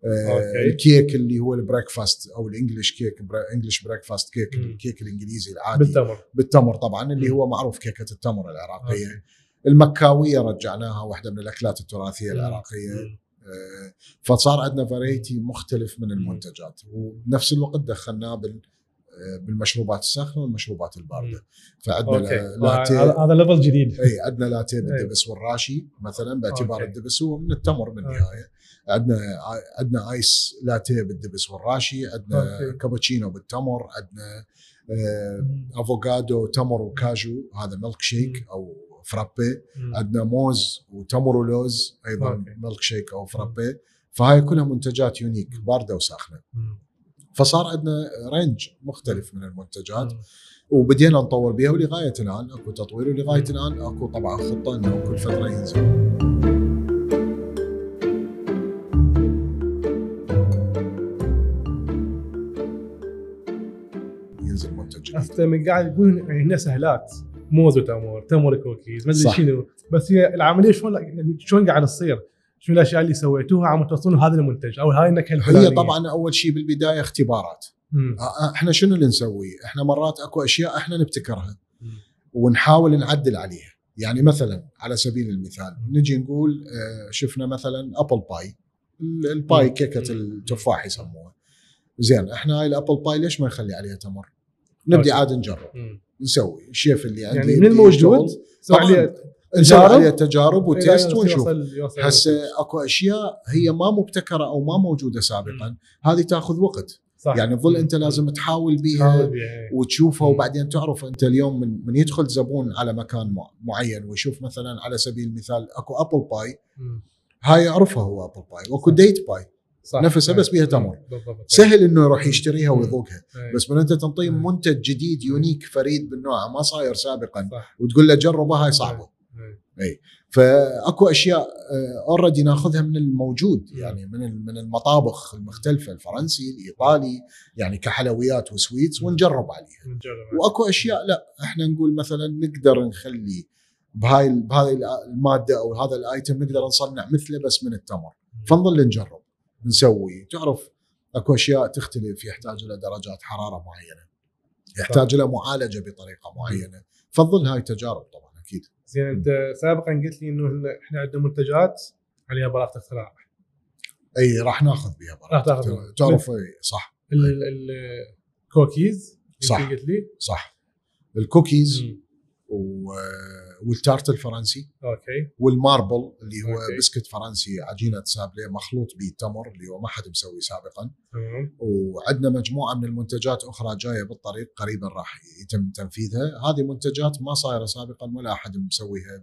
Speaker 2: الكيك اللي هو البريكفاست او الانجليش كيك، انجليش بريكفاست كيك، الكيك الانجليزي العادي بالتمر طبعا، اللي هو معروف كيكه التمر العراقيه. المكاويه رجعناها، واحده من الاكلات التراثيه العراقيه. فصار عندنا فاريتي مختلف من المنتجات، وبنفس الوقت دخلناه بالمشروبات الساخنه والمشروبات البارده. فعندنا لاتيه،
Speaker 3: هذا ليفل جديد.
Speaker 2: اي عندنا لاتيه بالدبس والراشي مثلا، باعتبار الدبس هو من التمر بالنهايه. عندنا ايس لاتيه بالدبس والراشي، عندنا كابتشينو بالتمر، عندنا افوكادو تمر وكاجو، هذا ميلك شيك او فرابي. عندنا موز وتمر ولوز ايضا ميلك شيك او فرابي. فهاي كلها منتجات يونيك بارده وساخنه. فصار عندنا رينج مختلف من المنتجات، وبدينا نطور بها. ولغايه الان اكو تطوير، ولغايه الان اكو طبعا خطه انه كل فتره ينزل منتج جديد.
Speaker 3: انت من قاعد تقول يعني هنا سهلات، موز وتمر، تمر كوكيز، ما ادري شنو، بس هي العمليه شلون قاعد تصير؟ شنو الاشياء اللي سويتوها عم توصلون هذا المنتج او هاي النكهه الفلانيه؟
Speaker 2: هي طبعا اول شيء بالبدايه اختبارات. احنا شنو اللي نسوي؟ احنا مرات اكو اشياء احنا نبتكرها ونحاول نعدل عليها. يعني مثلا على سبيل المثال نجي نقول شفنا مثلا ابل باي، الباي كيكه التفاح يسموها. زين، احنا هاي الابل باي ليش ما نخلي عليها تمر؟ نبدي عاد نجرب. نسوي الشيف اللي عندي
Speaker 3: يعني من الموجود
Speaker 2: نسوي عليها تجارب وتيست ونشوف. هسه اكو اشياء هي ما مبتكره او ما موجوده سابقا، هذه تاخذ وقت. صح. يعني تظل انت لازم تحاول بيها وتشوفها. وبعدين تعرف انت اليوم من يدخل زبون على مكان معين ويشوف مثلا على سبيل المثال اكو ابل باي، هاي يعرفها هو ابل باي، واكو ديت باي نفسها بس بيها تمر. سهل انه يروح يشتريها ويذوقها. بس من انت تنطيه منتج جديد يونيك فريد بالنوع ما صاير سابقا وتقول له جربها، هاي صعبه. اي فاكو اشياء اوريدي ناخذها من الموجود، يعني من المطابخ المختلفه، الفرنسي الايطالي، يعني كحلويات وسويتس، ونجرب عليها. واكو اشياء لا، احنا نقول مثلا نقدر نخلي بهاي الماده او هذا الايتم نقدر نصنع مثله بس من التمر، فنظل نجرب نسوي. تعرف اكو اشياء تختلف، يحتاج الى درجات حراره معينه، يحتاج الى معالجه بطريقه معينه، فتظل هاي تجارب طبعا اكيد.
Speaker 3: زين، انت سابقا قلت لي انه احنا عندنا منتجات عليها براءه اختراع.
Speaker 2: اي راح ناخذ بها براءه اختراع. تعرف صح،
Speaker 3: الكوكيز
Speaker 2: صح
Speaker 3: قلت لي
Speaker 2: صح، الكوكيز والتارت الفرنسي
Speaker 3: اوكي.
Speaker 2: والماربل اللي هو
Speaker 3: أوكي.
Speaker 2: بسكت فرنسي عجينه سابلي مخلوط بالتمر اللي هو ما حد مسوي سابقا.
Speaker 3: تمام.
Speaker 2: وعندنا مجموعه من المنتجات اخرى جايه بالطريق قريبا راح يتم تنفيذها. هذه منتجات ما صايره سابقا ولا احد مسويها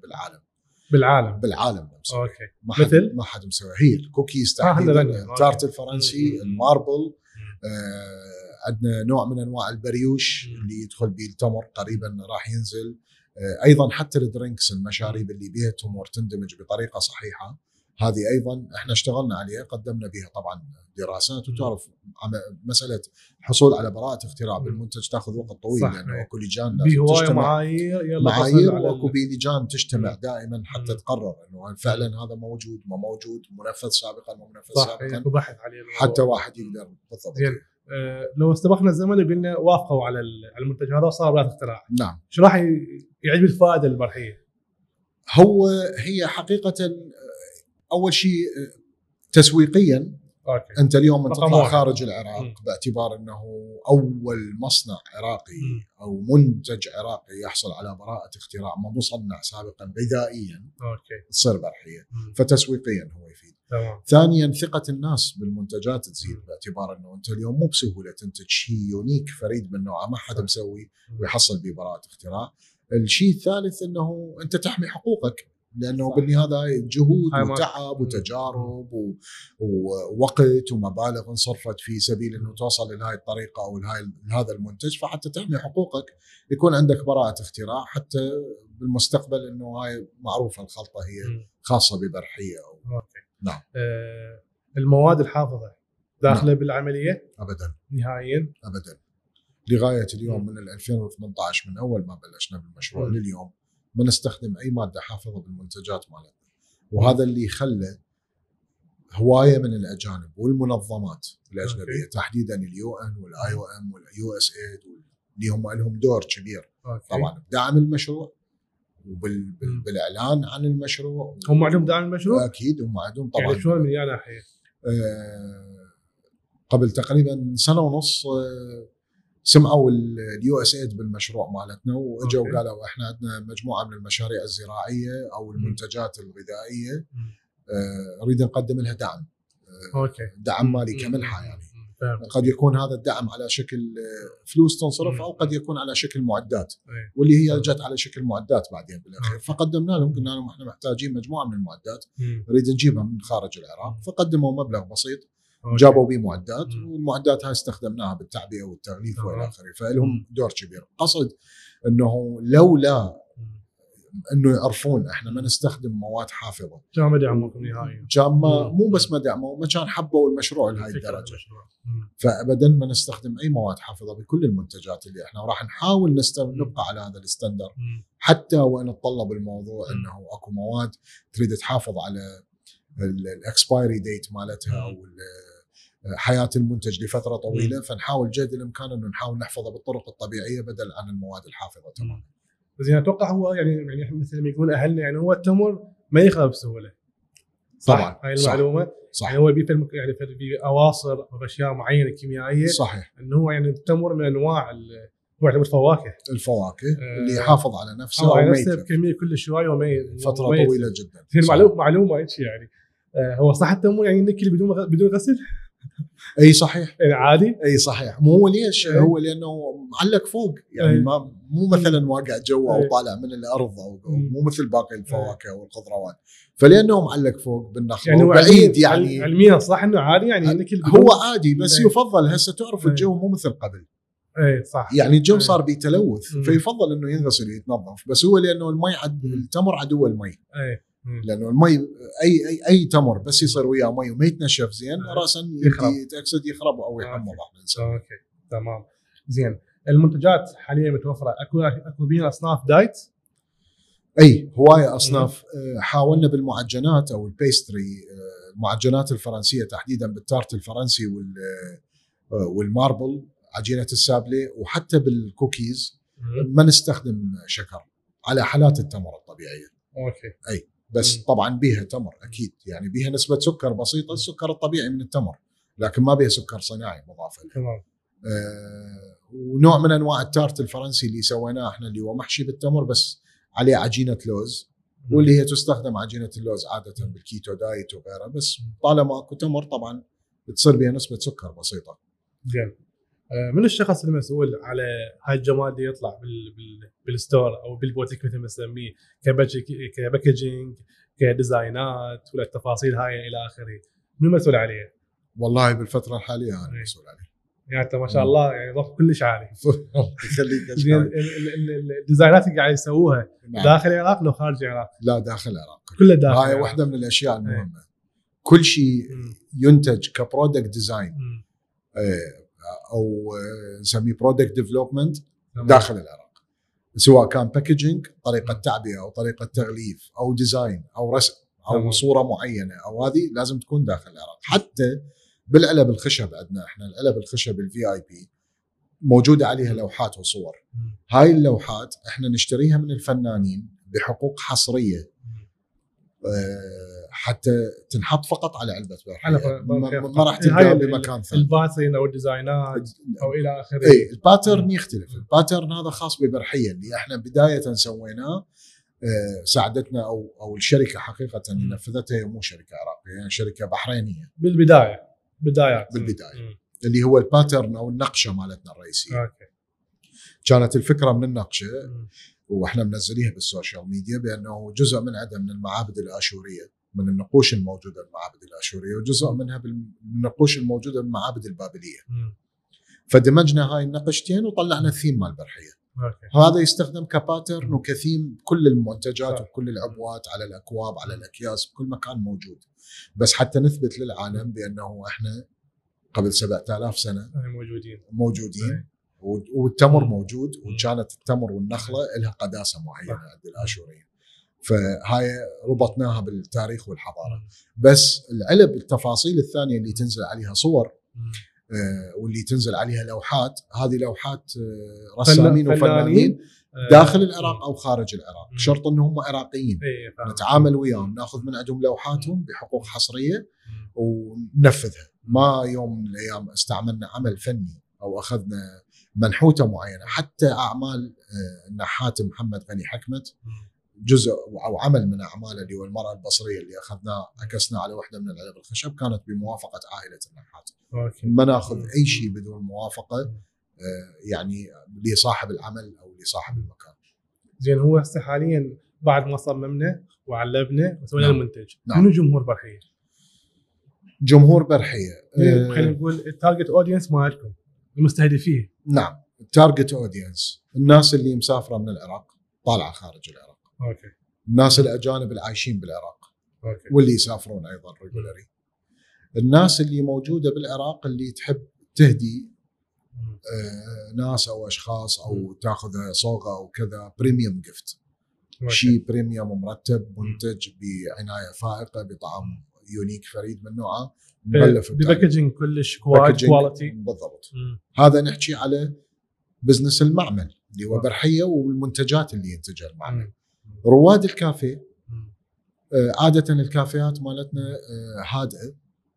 Speaker 2: بالعالم نفسه.
Speaker 3: اوكي.
Speaker 2: ما حد مسويها. هي الكوكيز تحديدا، التارت الفرنسي، الماربل. عندنا نوع من انواع البريوش اللي يدخل به التمر قريبا راح ينزل. ايضا حتى الدرينكس، المشاريب اللي بها تمر تندمج بطريقه صحيحه، هذه ايضا احنا اشتغلنا عليها، قدمنا بها طبعا دراسات. وتعرف مساله الحصول على براءه اختراع بالمنتج تاخذ وقت طويل، لانه اكو لجان تجتمع، معايير واكو لجان تجتمع دائما حتى تقرر انه فعلا هذا موجود ما موجود، منفذ سابقا ما منفذ سابقا،
Speaker 3: وبحث عليه
Speaker 2: حتى واحد يقدر بالضبط.
Speaker 3: لو استبقنا الزمن وقلنا وافقوا على المنتج هذا وصار براءة اختراع،
Speaker 2: نعم،
Speaker 3: شو راح يعجب الفائده البرحيه؟
Speaker 2: هي حقيقه اول شيء تسويقيا.
Speaker 3: أوكي.
Speaker 2: انت اليوم من تطلع خارج العراق باعتبار انه اول مصنع عراقي او منتج عراقي يحصل على براءه اختراع ما مصنع سابقا غذائيا، تصير برحيه. فتسويقيا هو يفيد.
Speaker 3: تمام.
Speaker 2: ثانيا ثقه الناس بالمنتجات تزيد، باعتبار انه انت اليوم مو بسهوله تنتج شيء يونيك فريد من نوعه ما حد مسوي ويحصل ببراءه اختراع. الشيء الثالث انه انت تحمي حقوقك، لانه بالنهايه جهود وتعب وتجارب ووقت ومبالغ انصرفت في سبيل انه توصل لهذه الطريقه او لهذا المنتج. فحتى تحمي حقوقك يكون عندك براءه اختراع، حتى بالمستقبل انه هاي معروفه الخلطه هي خاصه ببرحيه
Speaker 3: اوكي.
Speaker 2: نعم.
Speaker 3: المواد الحافظه داخله بالعمليه؟
Speaker 2: ابدا
Speaker 3: نهائيا
Speaker 2: ابدا. لغايه اليوم من 2018 من اول ما بلشنا بالمشروع لليوم ما نستخدم اي ماده حافظه بالمنتجات مالتنا. وهذا اللي خلى هوايه من الاجانب والمنظمات الاجنبيه تحديدا اليو ان والاي او ام واليو اس ايد اللي هم لهم دور كبير طبعا بدعم المشروع وبالاعلان عن المشروع.
Speaker 3: هم عندهم دعم المشروع؟
Speaker 2: اكيد هم عندهم طبعا.
Speaker 3: يعني شلون من اي ناحيه؟
Speaker 2: قبل تقريبا سنه ونص سمعوا اليو اس ايد بالمشروع مالتنا واجوا وقالوا احنا عندنا مجموعه من المشاريع الزراعيه او المنتجات الغذائيه نريد نقدم لها دعم. دعم مالي كمنحه يعني. قد يكون هذا الدعم على شكل فلوس تنصرف او قد يكون على شكل معدات، واللي هي جت على شكل معدات بعدين بالاخير. فقدمنا لهم، قلنا لهم احنا محتاجين مجموعه من المعدات نريد نجيبها من خارج العراق. فقدموا مبلغ بسيط جابوا به معدات، والمعدات هاي استخدمناها بالتعبئه والتغليف والى اخره. فلهم دور كبير. قصد انه لولا انه يعرفون احنا ما نستخدم مواد حافظه
Speaker 3: كان ما دعموكم نهائيا،
Speaker 2: كان مو بس ما دعموا، ما كان حبوا المشروع لهي الدرجه. فابدا ما نستخدم اي مواد حافظه بكل المنتجات اللي احنا راح نحاول نبقى على هذا الستاندر. حتى وان تطلب الموضوع انه اكو مواد تريد تحافظ على الاكسبايري ديت مالتها او حياه المنتج لفتره طويله، فنحاول جهد الامكان انه نحاول نحفظه بالطرق الطبيعيه بدل عن المواد الحافظه تماما.
Speaker 3: زين اتوقع هو يعني احنا مثل ما يقول اهلنا، يعني هو التمر ما يخرب بسهوله.
Speaker 2: طبعا
Speaker 3: هاي المعلومه صح. يعني هو يعني في اواصر او اشياء معينه كيميائيه.
Speaker 2: صحيح.
Speaker 3: انه هو يعني التمر من انواع
Speaker 2: الفواكه اللي يحافظ على نفسه
Speaker 3: وميت بكميه كل شوي وميت
Speaker 2: فتره طويله جدا.
Speaker 3: في معلومه يعني هو صح التمر يعني نكل بدون غسل؟
Speaker 2: اي صحيح.
Speaker 3: يعني عادي؟
Speaker 2: اي صحيح. مو هو ليش؟ هو لانه معلق فوق يعني مو مثلا واقع جوا او طالع من الارض او مو مثل باقي الفواكه والخضروات. فلانه معلق فوق بالنخله يعني بعيد يعني
Speaker 3: علميا صح انه عادي يعني نكل
Speaker 2: هو عادي بس يفضل. هسه تعرف الجو مو مثل قبل.
Speaker 3: اي صح.
Speaker 2: يعني الجو صار بيتلوث فيفضل انه ينغسل ويتنظف. بس هو لانه المي التمر عدو المي. لانه المي اي تمر بس يصير وياه مي وما يتنشف زين راسا يتاكسد يخرب او يحمض. احنا نسوي.
Speaker 3: اوكي تمام. زين المنتجات حاليا متوفره. اكو بين اصناف دايت؟
Speaker 2: اي هوايه اصناف. حاولنا بالمعجنات او البيستري، المعجنات الفرنسيه تحديدا بالتارت الفرنسي والماربل عجينه السابلي، وحتى بالكوكيز ما نستخدم شكر على حالات التمر الطبيعيه.
Speaker 3: اوكي.
Speaker 2: اي بس طبعا بيها تمر اكيد، يعني بيها نسبه سكر بسيطه، السكر الطبيعي من التمر، لكن ما بيها سكر صناعي مضاف له.
Speaker 3: تمام.
Speaker 2: ونوع من انواع التارت الفرنسي اللي سويناه احنا اللي هو محشي بالتمر بس عليه عجينه لوز، واللي هي تستخدم عجينه اللوز عاده بالكيتو دايت وغيره، بس طالما اكو تمر طبعا تصير بها نسبه سكر بسيطه.
Speaker 3: زين. من الشخص المسؤول على هاي الجمال اللي يطلع بالستور او بالبوتيك مثل ما نسميه، كباكجينج، كديزاينات ولا التفاصيل هاي الى اخره، من المسؤول عليه؟
Speaker 2: والله بالفتره الحاليه انا مسؤول عليه.
Speaker 3: يعني انت ما شاء الله يعني ضغط كلش عالي.
Speaker 2: يخليك.
Speaker 3: الديزاينات اللي قاعد يسووها
Speaker 2: نعم.
Speaker 3: داخل العراق لو خارج العراق؟
Speaker 2: لا داخل العراق
Speaker 3: كله داخل.
Speaker 2: هاي واحده من الاشياء المهمه. كل شيء ينتج كبرودكت ديزاين او نسميه برودكت ديفلوبمنت داخل العراق، سواء كان باكجينج، طريقه تعبئه او طريقه تغليف او ديزاين او رسم او صوره معينه، او هذه لازم تكون داخل العراق. حتى بالعلب الخشب عندنا احنا العلب الخشب الفي اي بي موجوده عليها لوحات وصور. هاي اللوحات احنا نشتريها من الفنانين بحقوق حصريه حتى تنحط فقط على علبه برحيه، ما راح تلقاها بمكان ثاني.
Speaker 3: الباترن او الديزاينات او الى اخره.
Speaker 2: اي الباترن يختلف. الباترن هذا خاص ببرحيه اللي احنا بدايه سويناه، ساعدتنا او الشركه حقيقه اللي نفذتها هي مو شركه عراقيه، يعني شركه بحرينيه
Speaker 3: بالبدايه
Speaker 2: اللي هو الباترن او النقشه مالتنا الرئيسيه.
Speaker 3: اوكي.
Speaker 2: كانت الفكره من النقشه واحنا منزليها بالسوشيال ميديا بانه جزء من عدم من المعابد الاشوريه، من النقوش الموجوده بالمعابد الاشوريه، وجزء منها بالنقوش الموجوده بالمعابد البابليه. فدمجنا هاي النقشتين وطلعنا الثيم مال البرحيه. هذا يستخدم كباترن وكثيم كل المنتجات وكل العبوات على الاكواب على الاكياس بكل مكان موجود، بس حتى نثبت للعالم بانه احنا قبل 7000 سنه موجودين والتمر موجود، وكانت التمر والنخله لها قداسه معينه عند الاشوريين. فهاي ربطناها بالتاريخ والحضاره. بس العلب التفاصيل الثانيه اللي تنزل عليها صور واللي تنزل عليها لوحات، هذه لوحات رسامين وفنانين داخل العراق او خارج العراق، شرط انهم عراقيين نتعامل وياهم، ناخذ من عندهم لوحاتهم بحقوق حصريه وننفذها. ما يوم من الايام استعملنا عمل فني او اخذنا منحوته معينه. حتى اعمال النحات محمد غني حكمت جزء او عمل من اعماله اللي هو المراه البصريه اللي اخذناه عكسناه على واحده من العلب الخشب كانت بموافقه عائله النحات. ما ناخذ اي شيء بدون موافقه يعني لصاحب العمل او لصاحب المكان.
Speaker 3: زين. هو هسه حاليا بعد ما صممنا وعلبنا وسوينا المنتج، منو جمهور برحيه؟
Speaker 2: جمهور برحيه
Speaker 3: خلينا نقول التارجت اودينس مالكم المستهدفين.
Speaker 2: نعم، التارجت اودينس الناس اللي مسافره من العراق طالعه خارج العراق.
Speaker 3: اوكي.
Speaker 2: الناس الاجانب العايشين بالعراق.
Speaker 3: اوكي.
Speaker 2: واللي يسافرون ايضا ريجولري. الناس اللي موجوده بالعراق اللي تحب تهدي ناس او اشخاص او تاخذ صوغه او كذا بريميوم جيفت، شيء بريميوم مرتب منتج بعنايه فائقه بطعم يونيك فريد من نوعه مغلف
Speaker 3: بباكجينج كلش كواليتي
Speaker 2: بالضبط. هذا نحكي على بزنس المعمل اللي هو برحيه والمنتجات اللي ينتجها المعمل. رواد الكافيه عاده الكافيهات مالتنا هادئه،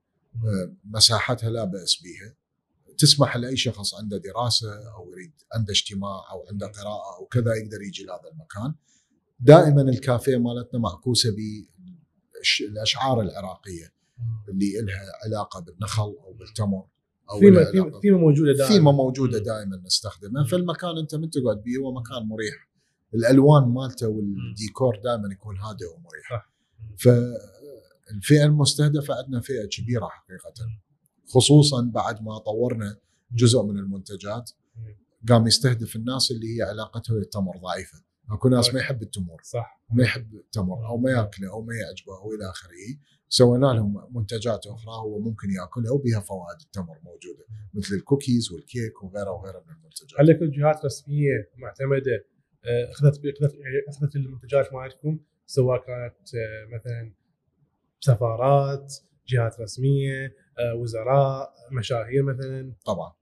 Speaker 2: مساحتها لا بأس بها، تسمح لاي شخص عنده دراسه او يريد عنده اجتماع او عنده قراءه او كذا يقدر يجي لهذا المكان. دائما الكافيه مالتنا معكوسه بالاشعار العراقيه اللي لها علاقه بالنخل او بالتمر او ثيمه موجوده دائما نستخدمها. فالمكان انت من تقعد به هو مكان مريح، الالوان مالته والديكور دائما يكون هادئ ومريح. فالفئه المستهدفه عندنا فئه كبيره حقيقه، خصوصا بعد ما طورنا جزء من المنتجات قام يستهدف الناس اللي هي علاقتها بالتمر ضعيفه. اكو ناس ما يحب التمر،
Speaker 3: صح،
Speaker 2: ما يحب التمر او ما ياكله او ما يعجبه او الى اخره. سوينا لهم منتجات اخرى هو ممكن ياكلها وبها فوائد التمر موجوده، مثل الكوكيز والكيك وغيره وغيره من المنتجات.
Speaker 3: هل لكم جهات رسميه معتمده اخذت المنتجات مالتكم، سواء كانت مثلا سفارات، جهات رسميه، وزراء، مشاهير مثلا؟
Speaker 2: طبعا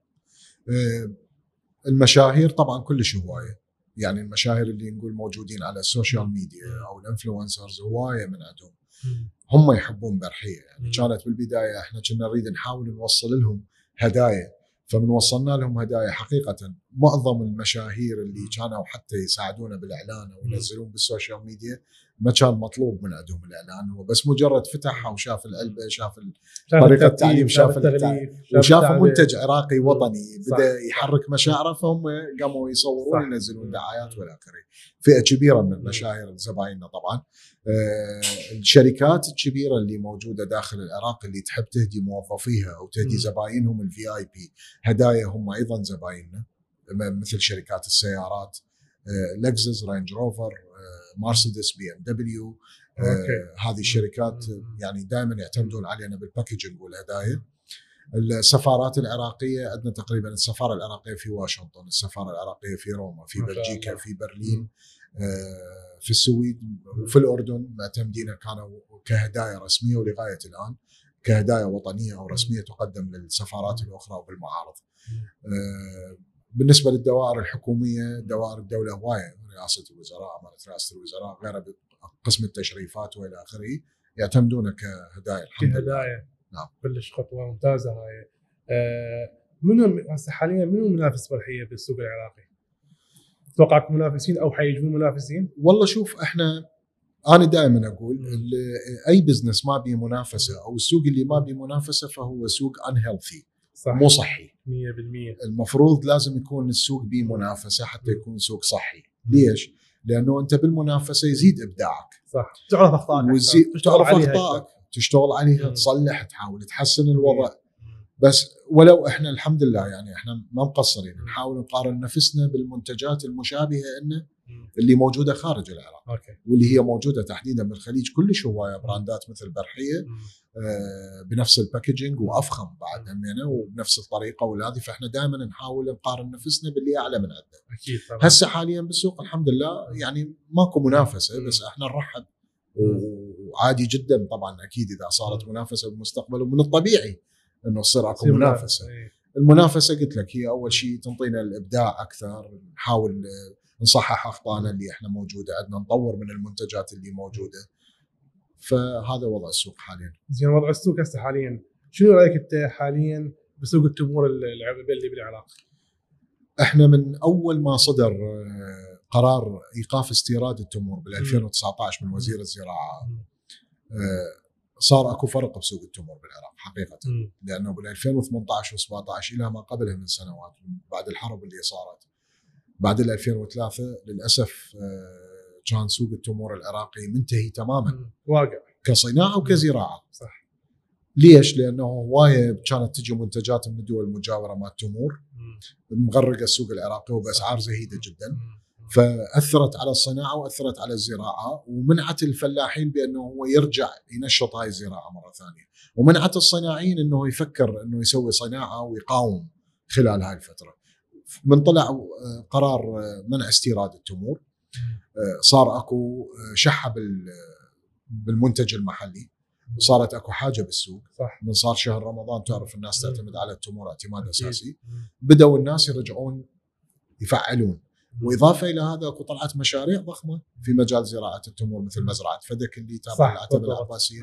Speaker 2: المشاهير طبعا كلش هوايه، يعني المشاهير اللي نقول موجودين على السوشيال ميديا او الانفلونسرز هوايه من عندهم، هم يحبون برحيه. يعني كانت بالبدايه احنا كنا نريد نحاول نوصل لهم هدايا، فمن وصلنا لهم هدايا حقيقة. معظم المشاهير اللي كانوا حتى يساعدونا بالإعلان أو ينزلون بالسوشيال ميديا ما كان مطلوب من عندهم الإعلان، هو بس مجرد فتحها وشاف العلبة، شاف طريقة التعليم، شاف التغليف، وشاف منتج عراقي وطني بدأ يحرك مشاعره، فهم قاموا يصورون ينزلون دعايات والى اخره. فئة كبيرة من المشاهير زبايننا طبعا. الشركات الكبيرة اللي موجودة داخل العراق اللي تحب تهدي موظفيها أو تهدي زباينهم VIP هدايا، هم أيضا زبايننا، مثل شركات السيارات لكزس، رينج روفر، مرسيدس، BMW. هذه الشركات يعني دائما يعتمدون علينا بالباكجينج والهدايا. السفارات العراقية عندنا تقريبا السفارة العراقية في واشنطن، السفارة العراقية في روما، في بلجيكا، في برلين، في السويد وفي الأردن معتمدين كانوا كهدايا رسمية، ولغاية الآن كهدايا وطنية أو رسمية تقدم للسفارات الأخرى وبالمعارض. بالنسبة للدوائر الحكومية، دوائر الدولة هواية، رئاسة الوزراء، أمانة رئاسة الوزراء، غيرها قسم التشريفات وإلى آخره، يعتمدون كهدايا. الحمد لله.
Speaker 3: نعم. بلش خطوة ممتازة هاي. منو هسه حاليا منو منافس برحية بالسوق العراقي؟ توقعك منافسين أو حيجون منافسين؟
Speaker 2: والله شوف، أنا دائما أقول أي بزنس ما بيه منافسة أو السوق اللي ما بيه منافسة فهو سوق unhealthy، مو صحي
Speaker 3: 100%.
Speaker 2: المفروض لازم يكون السوق بيه منافسة حتى يكون سوق صحي. ليش؟ لأنه أنت بالمنافسة يزيد إبداعك،
Speaker 3: صح، تعرف أخطائك،
Speaker 2: تشتغل عليها، تصلح، تحاول تحسن الوضع. بس ولو احنا الحمد لله يعني احنا ما مقصرين، نحاول نقارن نفسنا بالمنتجات المشابهه لنا اللي موجوده خارج العراق، واللي هي موجوده تحديدا بالخليج كلش هوايه براندات مثل برحيه بنفس الباكجينج وافخم بعد همينه وبنفس الطريقه والهذه. فاحنا دائما نحاول نقارن نفسنا باللي اعلى من عندنا.
Speaker 3: اكيد طبعا.
Speaker 2: هسه حاليا بالسوق الحمد لله يعني ماكو منافسه، بس احنا نرحب وعادي جدا طبعا. اكيد اذا صارت منافسه بالمستقبل ومن الطبيعي انه تصير اكو منافسه. المنافسه قلت لك هي اول شيء تنطينا الابداع اكثر، نحاول نصحح اخطائنا اللي احنا موجوده عندنا، نطور من المنتجات اللي موجوده. فهذا وضع السوق حاليا.
Speaker 3: زين، وضع السوق هسه حاليا شنو رايك انت حاليا بسوق التمور اللي بالعراق؟
Speaker 2: احنا من اول ما صدر قرار ايقاف استيراد التمور بال 2019 من وزير الزراعه صار اكو فرق بسوق التمور بالعراق حقيقه. لانه بال 2018 و17 الى ما قبلها من سنوات بعد الحرب اللي صارت بعد 2003 للاسف كان سوق التمور العراقي منتهي تماما،
Speaker 3: واقع
Speaker 2: كصناعه وكزراعه.
Speaker 3: صح.
Speaker 2: ليش؟ لانه هوايه كانت تجي منتجات من الدول المجاوره مال التمور مغرقه السوق العراقي وباسعار زهيده جدا، فاثرت على الصناعه واثرت على الزراعه، ومنعت الفلاحين بانه هو يرجع ينشط هاي الزراعه مره ثانيه، ومنعت الصناعيين انه يفكر انه يسوي صناعه ويقاوم خلال هاي الفتره. من طلع قرار منع استيراد التمور صار اكو شحه بالمنتج المحلي، وصارت اكو حاجه بالسوق.
Speaker 3: صح.
Speaker 2: من صار شهر رمضان تعرف الناس تعتمد على التمور اعتماد اساسي، بدأوا الناس يرجعون يفعلون. واضافه الى هذا اكو طلعت مشاريع ضخمه في مجال زراعه التمور مثل مزرعه فدك اللي تابعه للعتبه العباسيه.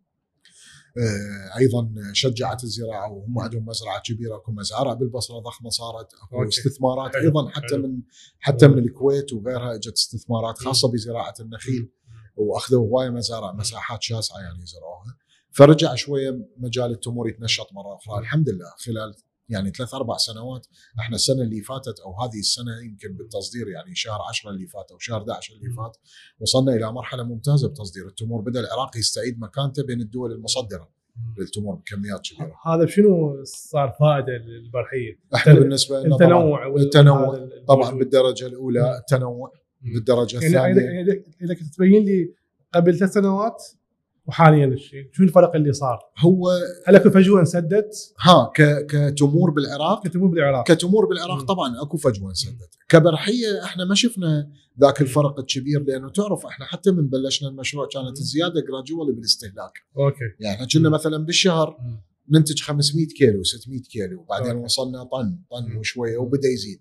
Speaker 2: ايضا شجعت الزراعه، وهم عندهم مزرعه كبيره، اكو مزارع بالبصره ضخمه صارت، اكو استثمارات ايضا حتى من الكويت وغيرها اجت استثمارات خاصه بزراعه النخيل، واخذوا هوايه مزارع مساحات شاسعه يعني يزرعوها. فرجع شويه مجال التمور يتنشط مره اخرى الحمد لله خلال يعني 3-4 سنوات. احنا السنه اللي فاتت او هذه السنه يمكن بالتصدير يعني شهر 10 اللي فات او شهر 11 اللي فات وصلنا الى مرحله ممتازه بتصدير التمور، بدا العراق يستعيد مكانته بين الدول المصدره للتمور بكميات كبيره.
Speaker 3: هذا شنو صار فائده للبرحيه؟
Speaker 2: احنا بالنسبه لنا
Speaker 3: التنوع
Speaker 2: طبعا بالدرجه الاولى التنوع، بالدرجه الثانيه
Speaker 3: يعني اذا كنت تبين لي قبل 3 سنوات وحاليا الشيء شو الفرق اللي صار؟
Speaker 2: هو
Speaker 3: هل اكو فجوه انسدت؟
Speaker 2: كتمور بالعراق؟ كتمور بالعراق طبعا اكو فجوه انسدت. كبرحيه احنا ما شفنا ذاك الفرق الكبير، لانه تعرف احنا حتى من بلشنا المشروع كانت الزياده جراجوالي بالاستهلاك. يعني احنا كنا مثلا بالشهر ننتج 500 كيلو 600 كيلو، وبعدين وصلنا طن وشويه وبدا يزيد.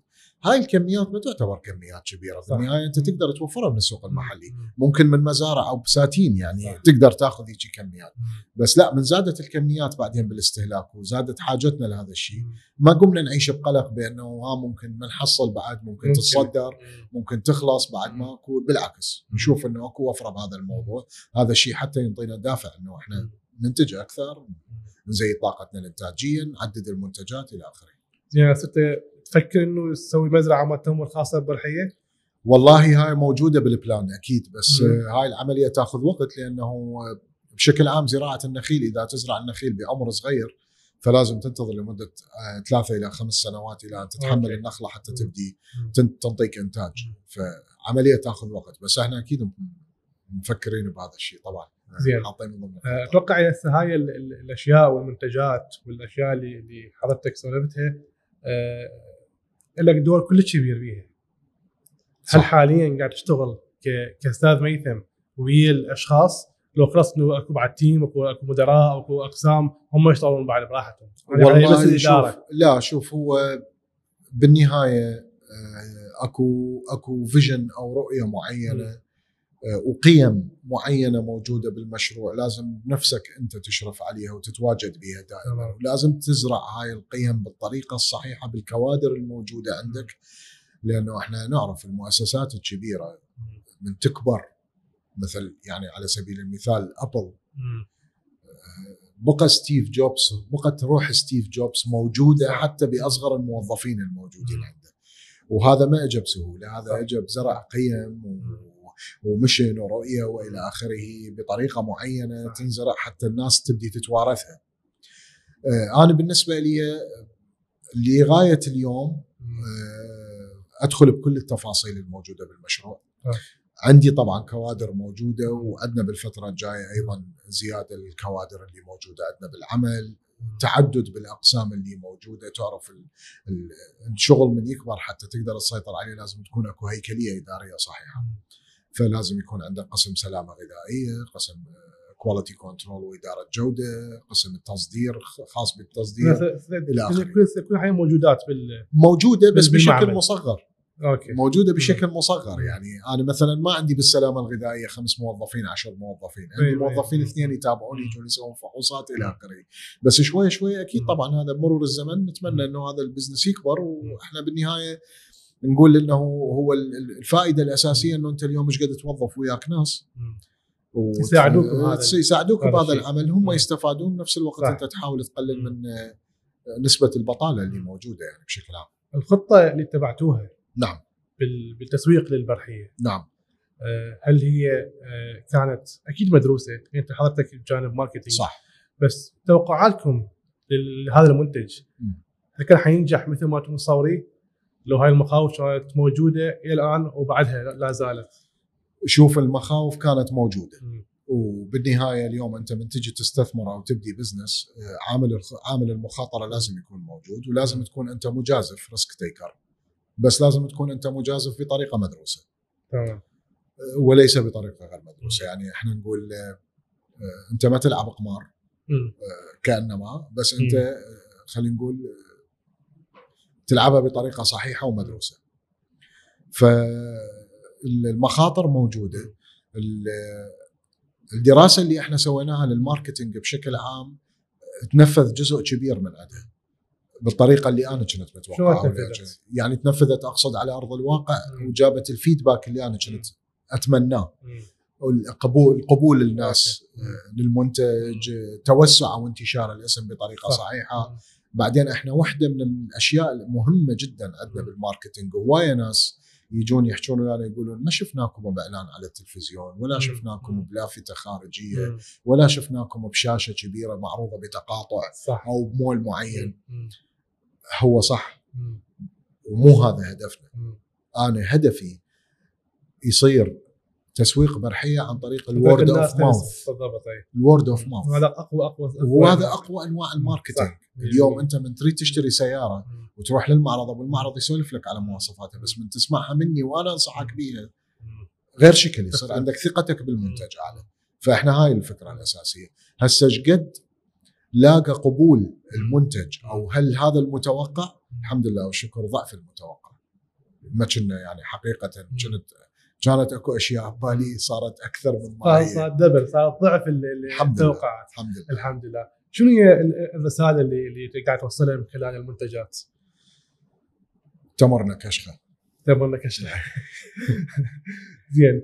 Speaker 2: هاي الكميات ما تعتبر كميات كبيره، في النهايه انت تقدر توفرها من السوق المحلي،
Speaker 3: مم.
Speaker 2: ممكن من مزارع او بساتين يعني
Speaker 3: صح.
Speaker 2: تقدر تاخذ هيك كميات.
Speaker 3: مم.
Speaker 2: بس لا، من زادت الكميات بعدين بالاستهلاك وزادت حاجتنا لهذا الشيء،
Speaker 3: مم.
Speaker 2: ما قمنا نعيش بقلق بانه ممكن ما نحصل بعد، ممكن تتصدر، ممكن تخلص بعد ماكو. بالعكس نشوف انه اكو وفره بهذا الموضوع. هذا الشيء حتى ينطينا دافع انه احنا ننتج اكثر، نزيد طاقتنا الانتاجيه، نعدد المنتجات الى اخره.
Speaker 3: يعني صرت تفكر انه تسوي مزرعه مال تمر خاصه ببرحيه؟
Speaker 2: والله هاي موجوده بالبلان اكيد، بس هاي العمليه تاخذ وقت، لانه بشكل عام زراعه النخيل اذا تزرع النخيل بعمر صغير فلازم تنتظر لمده 3 إلى 5 سنوات الى ان تتحمل النخله حتى تبدي تنطيك انتاج، فعمليه تاخذ وقت. بس احنا اكيد مفكرين بهذا الشيء طبعا،
Speaker 3: حاطين ضمن اتوقع هسه هاي الاشياء والمنتجات والاشياء اللي حضرتك سولفتها لك دور كلش كبير فيها. هل حاليا قاعد تشتغل كاستاذ ميثم ويا الاشخاص، لو خلص انه اكو بعد تيم، اكو مدراء، اكو اقسام هم يشتغلون بعد براحتهم؟
Speaker 2: والله بس الاداره شوف هو بالنهايه اكو فيجن او رؤيه معينه وقيم معينه موجوده بالمشروع، لازم بنفسك انت تشرف عليها وتتواجد بها دائما، ولازم تزرع هاي القيم بالطريقه الصحيحه بالكوادر الموجوده عندك. لانه احنا نعرف المؤسسات الكبيره من تكبر، مثل يعني على سبيل المثال ابل، بقى ستيف جوبز، بقت روح ستيف جوبز موجوده حتى باصغر الموظفين الموجودين عنده. وهذا ما اجى بسهوله، هذا اجى بزرع قيم ومشن ورؤيه والى اخره بطريقه معينه تنزرع حتى الناس تبدي تتوارثها. انا بالنسبه لي لغايه اليوم ادخل بكل التفاصيل الموجوده بالمشروع. عندي طبعا كوادر موجوده، وعندنا بالفتره الجايه ايضا زياده الكوادر اللي موجوده عندنا بالعمل، تعدد بالاقسام اللي موجوده. تعرف الشغل من يكبر حتى تقدر تسيطر عليه لازم تكون اكو هيكليه اداريه صحيحه. فلازم يكون عندك قسم سلامه غذائيه، قسم كواليتي كنترول واداره جوده، قسم التصدير خاص بالتصدير الى اخره.
Speaker 3: كل حاجه موجودات
Speaker 2: موجوده بس بشكل مصغر.
Speaker 3: أوكي.
Speaker 2: موجوده بشكل مصغر. يعني انا مثلا ما عندي بالسلامه الغذائيه 5 موظفين 10 موظفين، عندي موظفين 2 يتابعوني يجون يسوون فحوصات الى اخره. بس شوي شوي اكيد طبعا هذا بمرور الزمن نتمنى انه هذا البزنس يكبر، واحنا بالنهايه نقول انه هو الفائده الاساسيه انه انت اليوم مش قد توظف وياك ناس يساعدوك بهذا العمل، هم يستفادون بنفس الوقت. صح. انت تحاول تقلل من نسبه البطاله اللي موجوده يعني بشكل عام.
Speaker 3: الخطه اللي اتبعتوها
Speaker 2: نعم
Speaker 3: بالتسويق للبرحيه،
Speaker 2: نعم،
Speaker 3: هل هي كانت اكيد مدروسه؟ انت حضرتك بجانب ماركتينج
Speaker 2: صح،
Speaker 3: بس توقعاتكم لهذا المنتج هل كان حينجح مثل ما انتم متصورين؟ لو هاي المخاوف كانت موجوده الى الان وبعدها لا زالت؟
Speaker 2: شوف المخاوف كانت موجوده، وبالنهايه اليوم انت من تجي تستثمر او تبدي بزنس، عامل المخاطره لازم يكون موجود، ولازم تكون انت مجازف ريسك تيكر، بس لازم تكون انت مجازف بطريقه مدروسه.
Speaker 3: تمام.
Speaker 2: وليس بطريقه غير مدروسه. يعني احنا نقول انت ما تلعب قمار كانما، بس انت خلينا نقول تلعبها بطريقه صحيحه ومدروسه. فالمخاطر موجوده. الدراسه اللي احنا سويناها للماركتينج بشكل عام تنفذ جزء كبير من عندها بالطريقه اللي انا كنت متوقعها، يعني تنفذت اقصد على ارض الواقع، وجابت الفيدباك اللي انا كنت اتمناه. قبول الناس للمنتج، توسع وانتشار الاسم بطريقه صحيحه. بعدين احنا واحده من الاشياء المهمه جدا عندنا بالماركتينج، وهوايه ناس يجون يحكون ويانا يقولون ما شفناكم باعلان على التلفزيون، ولا شفناكم بلافته خارجيه، ولا شفناكم بشاشه كبيره معروضه بتقاطع او بمول معين. هو صح، ومو هذا هدفنا. انا هدفي يصير تسويق برحيه عن طريق الورد اوف ماوث. الورد اوف ماوث
Speaker 3: هذا اقوى
Speaker 2: وهذا اقوى انواع الماركتينج. اليوم انت من تريد تشتري سياره وتروح للمعرض، ابو المعرض يسولف لك على مواصفاتها، بس من تسمعها مني وانا انصحك بيها غير شكل، يصير عندك ثقتك بالمنتج اعلى. فاحنا هاي الفكره الاساسيه. هسه قد لاقى قبول المنتج او هل هذا المتوقع؟ الحمد لله والشكر ضعف المتوقع. ما كنا يعني حقيقه كانت اكو اشياء ببالي صارت اكثر من ما هي.
Speaker 3: صارت دبل، صارت ضعف التوقعات. الحمد لله. شنو هي الرساله اللي قاعد توصلها من خلال المنتجات؟
Speaker 2: تمرنا كشخه.
Speaker 3: زين.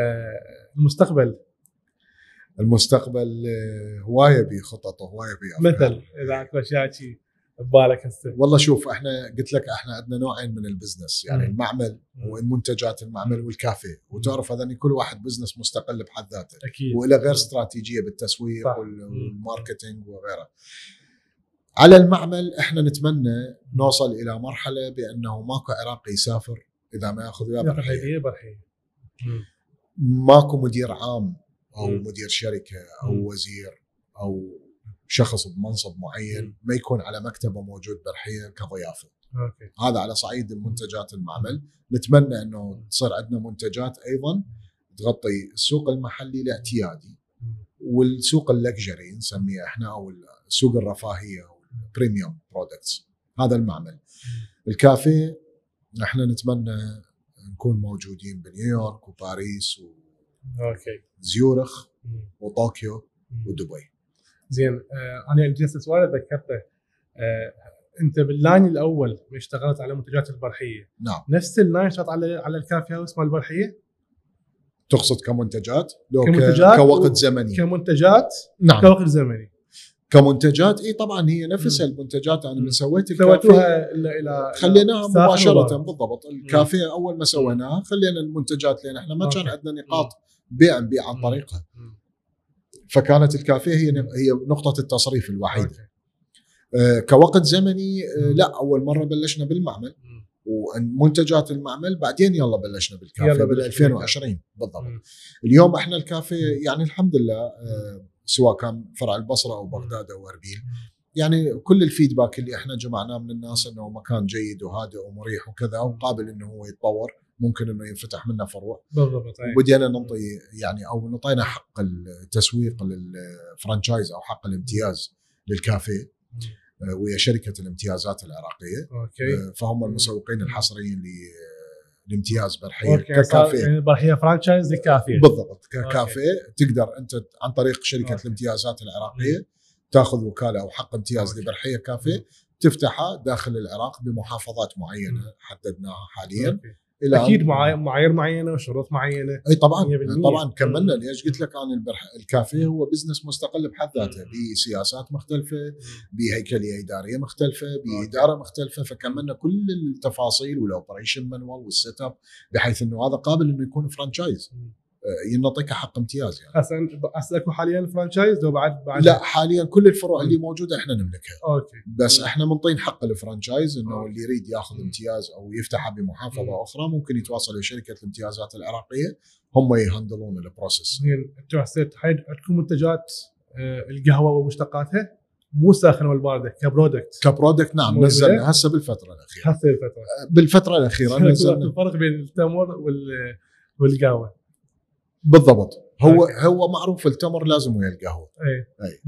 Speaker 3: المستقبل
Speaker 2: هوايه بي خطط وهوايه بي افكار.
Speaker 3: مثل اذا اكو اشياء شيء ببالك هسه؟
Speaker 2: والله شوف، احنا قلت لك احنا عندنا نوعين من البزنس، يعني المعمل ومنتجات المعمل والكافيه، وتعرف هذا كل واحد بزنس مستقل بحد ذاته
Speaker 3: اكيد،
Speaker 2: وإلى غير استراتيجيه بالتسويق والماركتينج وغيره. على المعمل احنا نتمنى نوصل الى مرحله بانه ماكو عراقي يسافر اذا ما ياخذ وياه برحيه. ماكو مدير عام او مدير شركه او وزير او شخص بمنصب معين ما يكون على مكتبه موجود برحيه كضيافه. هذا على صعيد المنتجات المعمل. نتمنى انه تصير عندنا منتجات ايضا تغطي السوق المحلي الاعتيادي والسوق اللكجري نسميه احنا، او السوق الرفاهيه او البريميوم برودكتس. هذا المعمل. الكافيه احنا نتمنى نكون موجودين بنيويورك وباريس وزيورخ وطوكيو ودبي.
Speaker 3: زين. انا جلست سؤال ذكرته. انت باللاين الاول اشتغلت على منتجات البرحيه.
Speaker 2: نعم.
Speaker 3: نفس اللاين اشتغلت على الكافي هاوس مال البرحيه؟
Speaker 2: تقصد كمنتجات؟ لو
Speaker 3: كمنتجات
Speaker 2: كوقت زمني.
Speaker 3: كمنتجات.
Speaker 2: نعم.
Speaker 3: كوقت زمني.
Speaker 2: كمنتجات اي طبعا هي نفسها المنتجات. انا من سويت
Speaker 3: سويتوها الى
Speaker 2: خليناها مباشره. بالضبط. الكافيه اول ما سويناها خلينا المنتجات، لان احنا ما كان عندنا نقاط بيع نبيع عن طريقها. فكانت الكافيه هي نقطه التصريف الوحيده. كوقت زمني لا، اول مره بلشنا بالمعمل ومنتجات المعمل، بعدين يلا بلشنا بالكافيه بال 2020 بالضبط. اليوم احنا الكافيه يعني الحمد لله سواء كان فرع البصره او بغداد او اربيل، يعني كل الفيدباك اللي احنا جمعناه من الناس انه مكان جيد وهادئ ومريح وكذا، وقابل انه هو يتطور، ممكن انه ينفتح منه فروع.
Speaker 3: بالضبط.
Speaker 2: وبدينا ننطي يعني او نعطينا حق التسويق للفرانشايز او حق الامتياز للكافيه وهي شركه الامتيازات العراقيه. فهم المسوقين الحصريين لامتياز برحيه ككافيه.
Speaker 3: يعني برحيه فرانشايز للكافيه
Speaker 2: بالضبط. ككافيه تقدر انت عن طريق شركه الامتيازات العراقيه تاخذ وكاله او حق امتياز لبرحيه كافيه، تفتحها داخل العراق بمحافظات معينه حددناها حاليا.
Speaker 3: اكيد معايير معينه وشروط معينه.
Speaker 2: اي طبعا كملنا. ليش قلت لك انا الكافيه هو بزنس مستقل بحد ذاته، بسياسات مختلفه، بهيكليه اداريه مختلفه، باداره مختلفه. فكملنا كل التفاصيل والاوبريشن مانوال والسيت اب بحيث انه هذا قابل انه يكون فرانشايز ينطيك حق امتياز. يعني
Speaker 3: هسه اكو حاليا فرانشايز لو بعد
Speaker 2: لا، حاليا كل الفروع اللي موجوده احنا نملكها.
Speaker 3: اوكي.
Speaker 2: بس احنا منطين حق الفرانشايز انه اللي يريد ياخذ امتياز او يفتحها بمحافظه اخرى ممكن يتواصل لشركه الامتيازات العراقيه، هم يهندلون البروسيس.
Speaker 3: انتم هسه عندكم منتجات القهوه ومشتقاتها مو ساخنه والبارده كبرودكت. نعم،
Speaker 2: نزلنا هسه بالفتره الاخيره
Speaker 3: نزلنا. الفرق بين التمر والقهوه
Speaker 2: بالضبط. هو معروف التمر لازم ويا القهوه. اي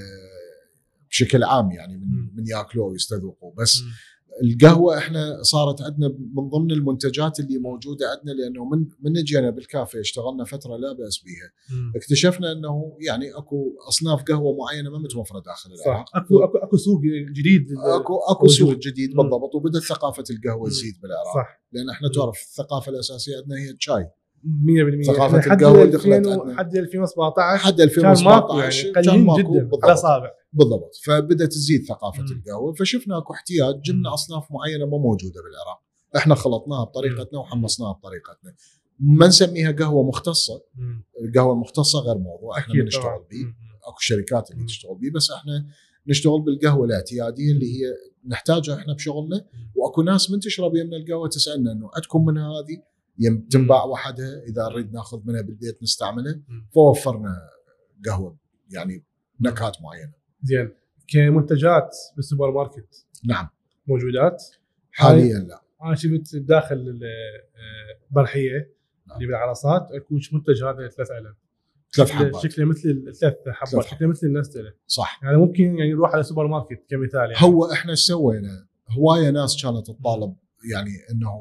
Speaker 2: بشكل عام يعني من ياكلوه ويستذوقوا. بس القهوه احنا صارت عندنا من ضمن المنتجات اللي موجوده عندنا، لانه من جينا بالكافيه اشتغلنا فتره لا باس بها، اكتشفنا انه يعني اكو اصناف قهوه معينه ما متوفره داخل العراق.
Speaker 3: اكو سوق جديد.
Speaker 2: اكو سوق جديد بالضبط. وبدت ثقافه القهوه تزيد بالعراق. صح. لان احنا تعرف الثقافه الاساسيه عندنا هي الشاي
Speaker 3: 100%.
Speaker 2: ثقافه القهوه اللي دخلت عندنا
Speaker 3: حد 2017
Speaker 2: حد 2017
Speaker 3: كان ماكو جدا على صابع.
Speaker 2: بالضبط. فبدت تزيد ثقافه القهوه، فشفنا اكو احتياج، جبنا اصناف معينه ما موجوده بالعراق، احنا خلطناها بطريقتنا وحمصناها بطريقتنا. ما نسميها قهوه مختصه. القهوه المختصه غير موضوع احنا ما نشتغل به، اكو شركات اللي تشتغل به، بس احنا نشتغل بالقهوه الاعتياديه اللي هي نحتاجها احنا بشغلنا. واكو ناس من تشرب يمنا القهوه تسالنا انه عندكم من هذه تنباع وحدها اذا نريد ناخذ منها بالبيت نستعملها، فوفرنا قهوه يعني نكهات معينه.
Speaker 3: زين. كمنتجات بالسوبر ماركت
Speaker 2: نعم
Speaker 3: موجودات
Speaker 2: حاليا. لا
Speaker 3: انا شفت داخل البرحيه اللي بالعرصات اكو منتج هذا
Speaker 2: 3 حبات
Speaker 3: شكله مثل الثلاث حبات، شكله مثل النستله.
Speaker 2: صح.
Speaker 3: يعني ممكن يعني نروح على سوبر ماركت كمثال. يعني
Speaker 2: هو احنا سوينا هوايه ناس كانت تطالب يعني انه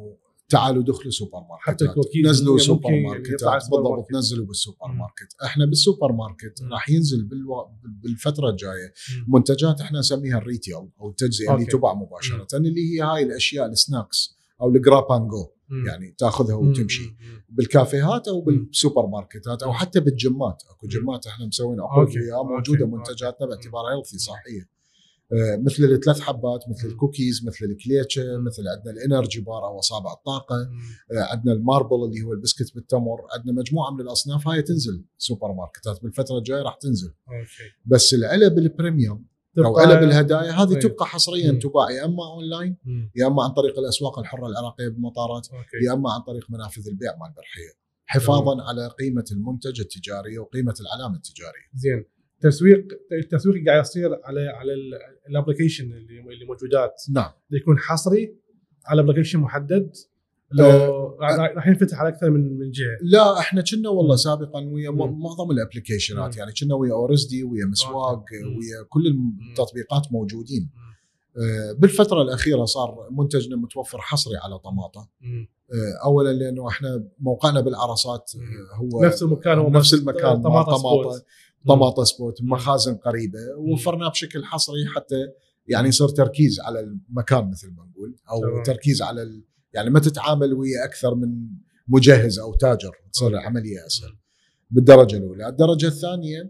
Speaker 2: تعالوا دخلوا سوبر
Speaker 3: حتى
Speaker 2: ماركتات،
Speaker 3: الكوكيز
Speaker 2: نزلوا
Speaker 3: ممكن
Speaker 2: سوبر
Speaker 3: يعني
Speaker 2: ماركتات
Speaker 3: يطلع السوبر
Speaker 2: بالضبط،
Speaker 3: ماركت.
Speaker 2: نزلوا بالسوبر
Speaker 3: مم.
Speaker 2: ماركت. احنا بالسوبر ماركت
Speaker 3: مم.
Speaker 2: راح ينزل بالفتره الجايه
Speaker 3: مم.
Speaker 2: منتجات احنا نسميها الريتيل او التجزئه اللي
Speaker 3: أوكي.
Speaker 2: تباع مباشره، اللي هي هاي الاشياء السناكس او الجرابانجو،
Speaker 3: مم.
Speaker 2: يعني تاخذها
Speaker 3: مم.
Speaker 2: وتمشي
Speaker 3: مم.
Speaker 2: بالكافيهات او بالسوبر ماركتات او
Speaker 3: مم.
Speaker 2: حتى بالجمات. اكو
Speaker 3: مم.
Speaker 2: جمات احنا مسوين عقود
Speaker 3: أوكي.
Speaker 2: وياها
Speaker 3: أوكي.
Speaker 2: موجوده
Speaker 3: أوكي.
Speaker 2: منتجاتنا
Speaker 3: مم.
Speaker 2: باعتبارها هيلثي صحيه، مثل الثلاث حبات، مثل
Speaker 3: مم.
Speaker 2: الكوكيز، مثل الكليتشه،
Speaker 3: مم.
Speaker 2: مثل عندنا الانرجي بار او اصابع الطاقه،
Speaker 3: مم.
Speaker 2: عندنا الماربل اللي هو البسكت بالتمر. عندنا مجموعه من الاصناف هاي تنزل سوبر ماركتات بالفتره الجايه راح تنزل.
Speaker 3: أوكي.
Speaker 2: بس العلب البريميوم او
Speaker 3: تبقى-
Speaker 2: علب الهدايا هذه
Speaker 3: إيه.
Speaker 2: تبقى حصريا
Speaker 3: مم.
Speaker 2: تباع يا اما اونلاين
Speaker 3: مم.
Speaker 2: يا اما عن طريق الاسواق الحره العراقيه بالمطارات
Speaker 3: أوكي.
Speaker 2: يا اما عن طريق منافذ البيع مال البرحيه، حفاظا على قيمه المنتج التجاري وقيمه العلامه التجاريه.
Speaker 3: زين، التسويق قاعد يصير على الابلكيشن اللي موجودات،
Speaker 2: نعم.
Speaker 3: يكون حصري على ابلكيشن محدد، لو راح ينفتح على اكثر من جهه.
Speaker 2: لا احنا كنا والله
Speaker 3: مم.
Speaker 2: سابقا ويا
Speaker 3: مم.
Speaker 2: معظم الابلكيشنات،
Speaker 3: مم.
Speaker 2: يعني كنا ويا اورزدي ويا مسواق
Speaker 3: أوكي.
Speaker 2: ويا كل التطبيقات موجودين. بالفتره الاخيره صار منتجنا متوفر حصري على طماطه، اولا لانه احنا موقعنا بالعرصات هو
Speaker 3: نفس المكان، هو
Speaker 2: نفس المكان، طماطه سبوت،
Speaker 3: مم.
Speaker 2: مخازن قريبه، ووفرناه بشكل حصري حتى يعني يصير تركيز على المكان مثل ما نقول، او
Speaker 3: تمام.
Speaker 2: تركيز على يعني ما تتعامل ويا اكثر من مجهز او تاجر، تصير العمليه اسهل. بالدرجه الاولى. الدرجه الثانيه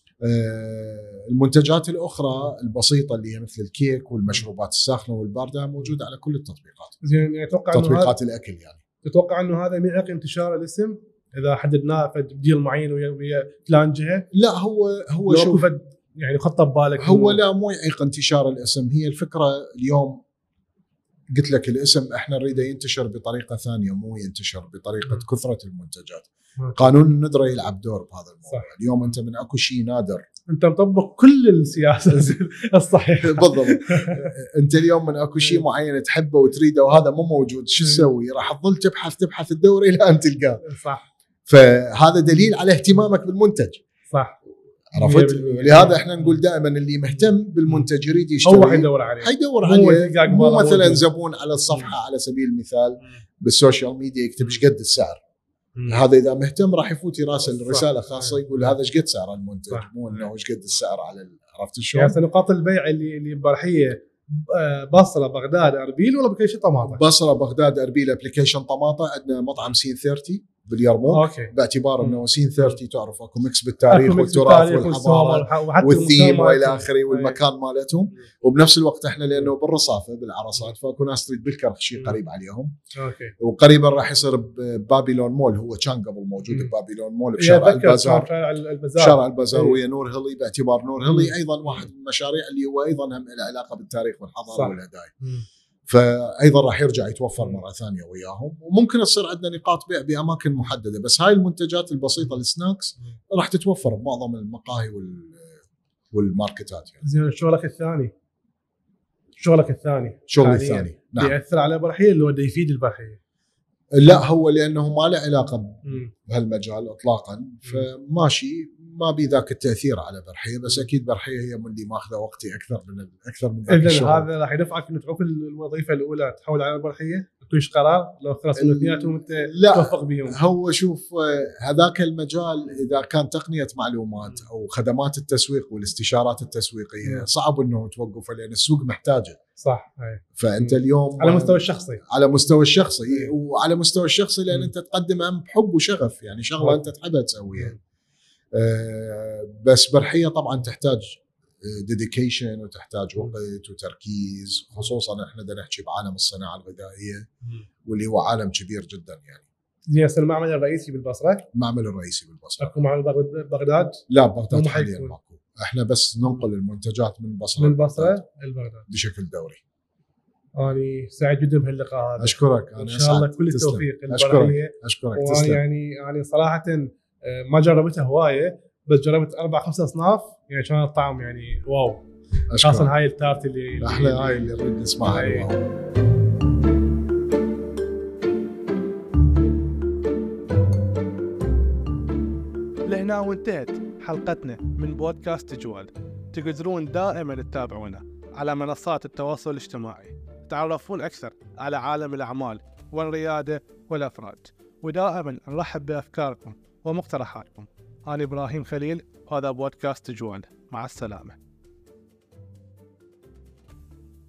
Speaker 2: المنتجات الاخرى البسيطه اللي هي مثل الكيك والمشروبات الساخنه والبارده موجوده على كل التطبيقات.
Speaker 3: زين، يعني اتوقع
Speaker 2: تطبيقات الاكل يعني.
Speaker 3: تتوقع انه هذا من عقب انتشار الاسم اذا حددناه في ديل معين ويا فلان جهه؟
Speaker 2: لا هو شوف
Speaker 3: يعني خطه ببالك
Speaker 2: هو لا مو يعيق انتشار الاسم. هي الفكره اليوم قلت لك الاسم احنا نريده ينتشر بطريقه ثانيه، مو ينتشر بطريقه كثره المنتجات. قانون الندره يلعب دور بهذا الموضوع. اليوم انت من اكو شيء نادر
Speaker 3: انت مطبق كل السياسه الصحيحه.
Speaker 2: بالضبط. انت اليوم من اكو شيء معين تحبه وتريده وهذا مو موجود، شو تسوي؟ راح تظل تبحث الدور الى ان تلقاه.
Speaker 3: صح.
Speaker 2: فهذا دليل على اهتمامك بالمنتج.
Speaker 3: صح.
Speaker 2: عرفت؟ لهذا احنا نقول دائما اللي مهتم بالمنتج يريد يشتري،
Speaker 3: هو حيدور عليه.
Speaker 2: مو مثلا زبون على الصفحه على سبيل المثال بالسوشيال ميديا يكتب ايش قد السعر. هذا اذا مهتم راح يفوت يراسل رساله خاصه يقول هذا ايش قد سعر المنتج، مو انه ايش قد السعر على عرفت شلون؟
Speaker 3: يعني نقاط البيع اللي ببرحيه بصره بغداد اربيل ولا ابلكيشن طماطه؟
Speaker 2: بصره بغداد اربيل ابلكيشن طماطه. عندنا مطعم سين 30 باليرموك، باعتبار انه سين 30 تعرف اكو ميكس بالتاريخ والتراث والحضاره والثيم والى اخره والمكان مالتهم. وبنفس الوقت احنا لانه بالرصافه بالعرصات فاكو ناس تريد بالكرخ شيء قريب عليهم. وقريبا راح يصير ببابيلون مول، هو كان قبل موجود ببابيلون مول بشارع البازار، شارع البازار ويا نور هيلي، باعتبار نور هيلي ايضا واحد من المشاريع اللي هو ايضا هم له علاقه بالتاريخ والحضاره والهدايا. فايضا راح يرجع يتوفر مره ثانيه وياهم. وممكن تصير عندنا نقاط بيع باماكن محدده، بس هاي المنتجات البسيطه السناكس راح تتوفر بمعظم المقاهي والماركتات يعني.
Speaker 3: زين، شغلك الثاني
Speaker 2: شغلي الثاني
Speaker 3: نعم ياثر على البرحيه اللي هو دا يفيد البرحيه؟
Speaker 2: لا هو لانه ما له علاقه بهالمجال اطلاقا، فماشي ما بي ذاك التاثير على برحيه. بس اكيد برحيه هي من اللي ماخذه وقتي اكثر من ذاك الشغل.
Speaker 3: هذا راح يدفعك انك تعوف الوظيفه الاولى تحول على البرحيه، تكونش قرار لو خلاص الاثنيناتهم انت توفق بهم.
Speaker 2: هو شوف هذاك المجال اذا كان تقنيه معلومات او خدمات التسويق والاستشارات التسويقيه صعب انه توقفه لان السوق محتاجه.
Speaker 3: صح.
Speaker 2: فانت اليوم
Speaker 3: على مستوى الشخصي
Speaker 2: وعلى مستوى الشخصي لان انت تقدمها بحب وشغف، يعني شغله انت تحبها تسويها. بس برحيه طبعا تحتاج ديديكيشن وتحتاج وقت وتركيز، خصوصا احنا بدنا نحكي بعالم الصناعه الغذائيه واللي هو عالم كبير جدا يعني.
Speaker 3: زين، المعمل الرئيسي بالبصره؟
Speaker 2: المعمل الرئيسي بالبصره.
Speaker 3: اكو معمل بغداد؟
Speaker 2: لا بغداد حاليا ماكو، احنا بس ننقل المنتجات من البصره
Speaker 3: لبغداد
Speaker 2: بشكل دوري.
Speaker 3: أنا سعيد جدا بهاللقاء هذا.
Speaker 2: اشكرك.
Speaker 3: ان شاء الله كل التوفيق.
Speaker 2: اشكرك.
Speaker 3: يعني صراحه ما جربتها هوايه، بس جربت 4-5 اصناف يعني كان الطعم يعني واو. خاصه هاي التارت اللي
Speaker 2: احلى هاي اللي نريد نسمعها.
Speaker 1: لهنا وانتهت حلقتنا من بودكاست جوال. تقدرون دائما تتابعونا على منصات التواصل الاجتماعي، تعرفون أكثر على عالم الأعمال والريادة والأفراد، ودائما نرحب بأفكاركم ومقترحاتكم. أنا إبراهيم خليل، وهذا بودكاست تجوال. مع السلامة.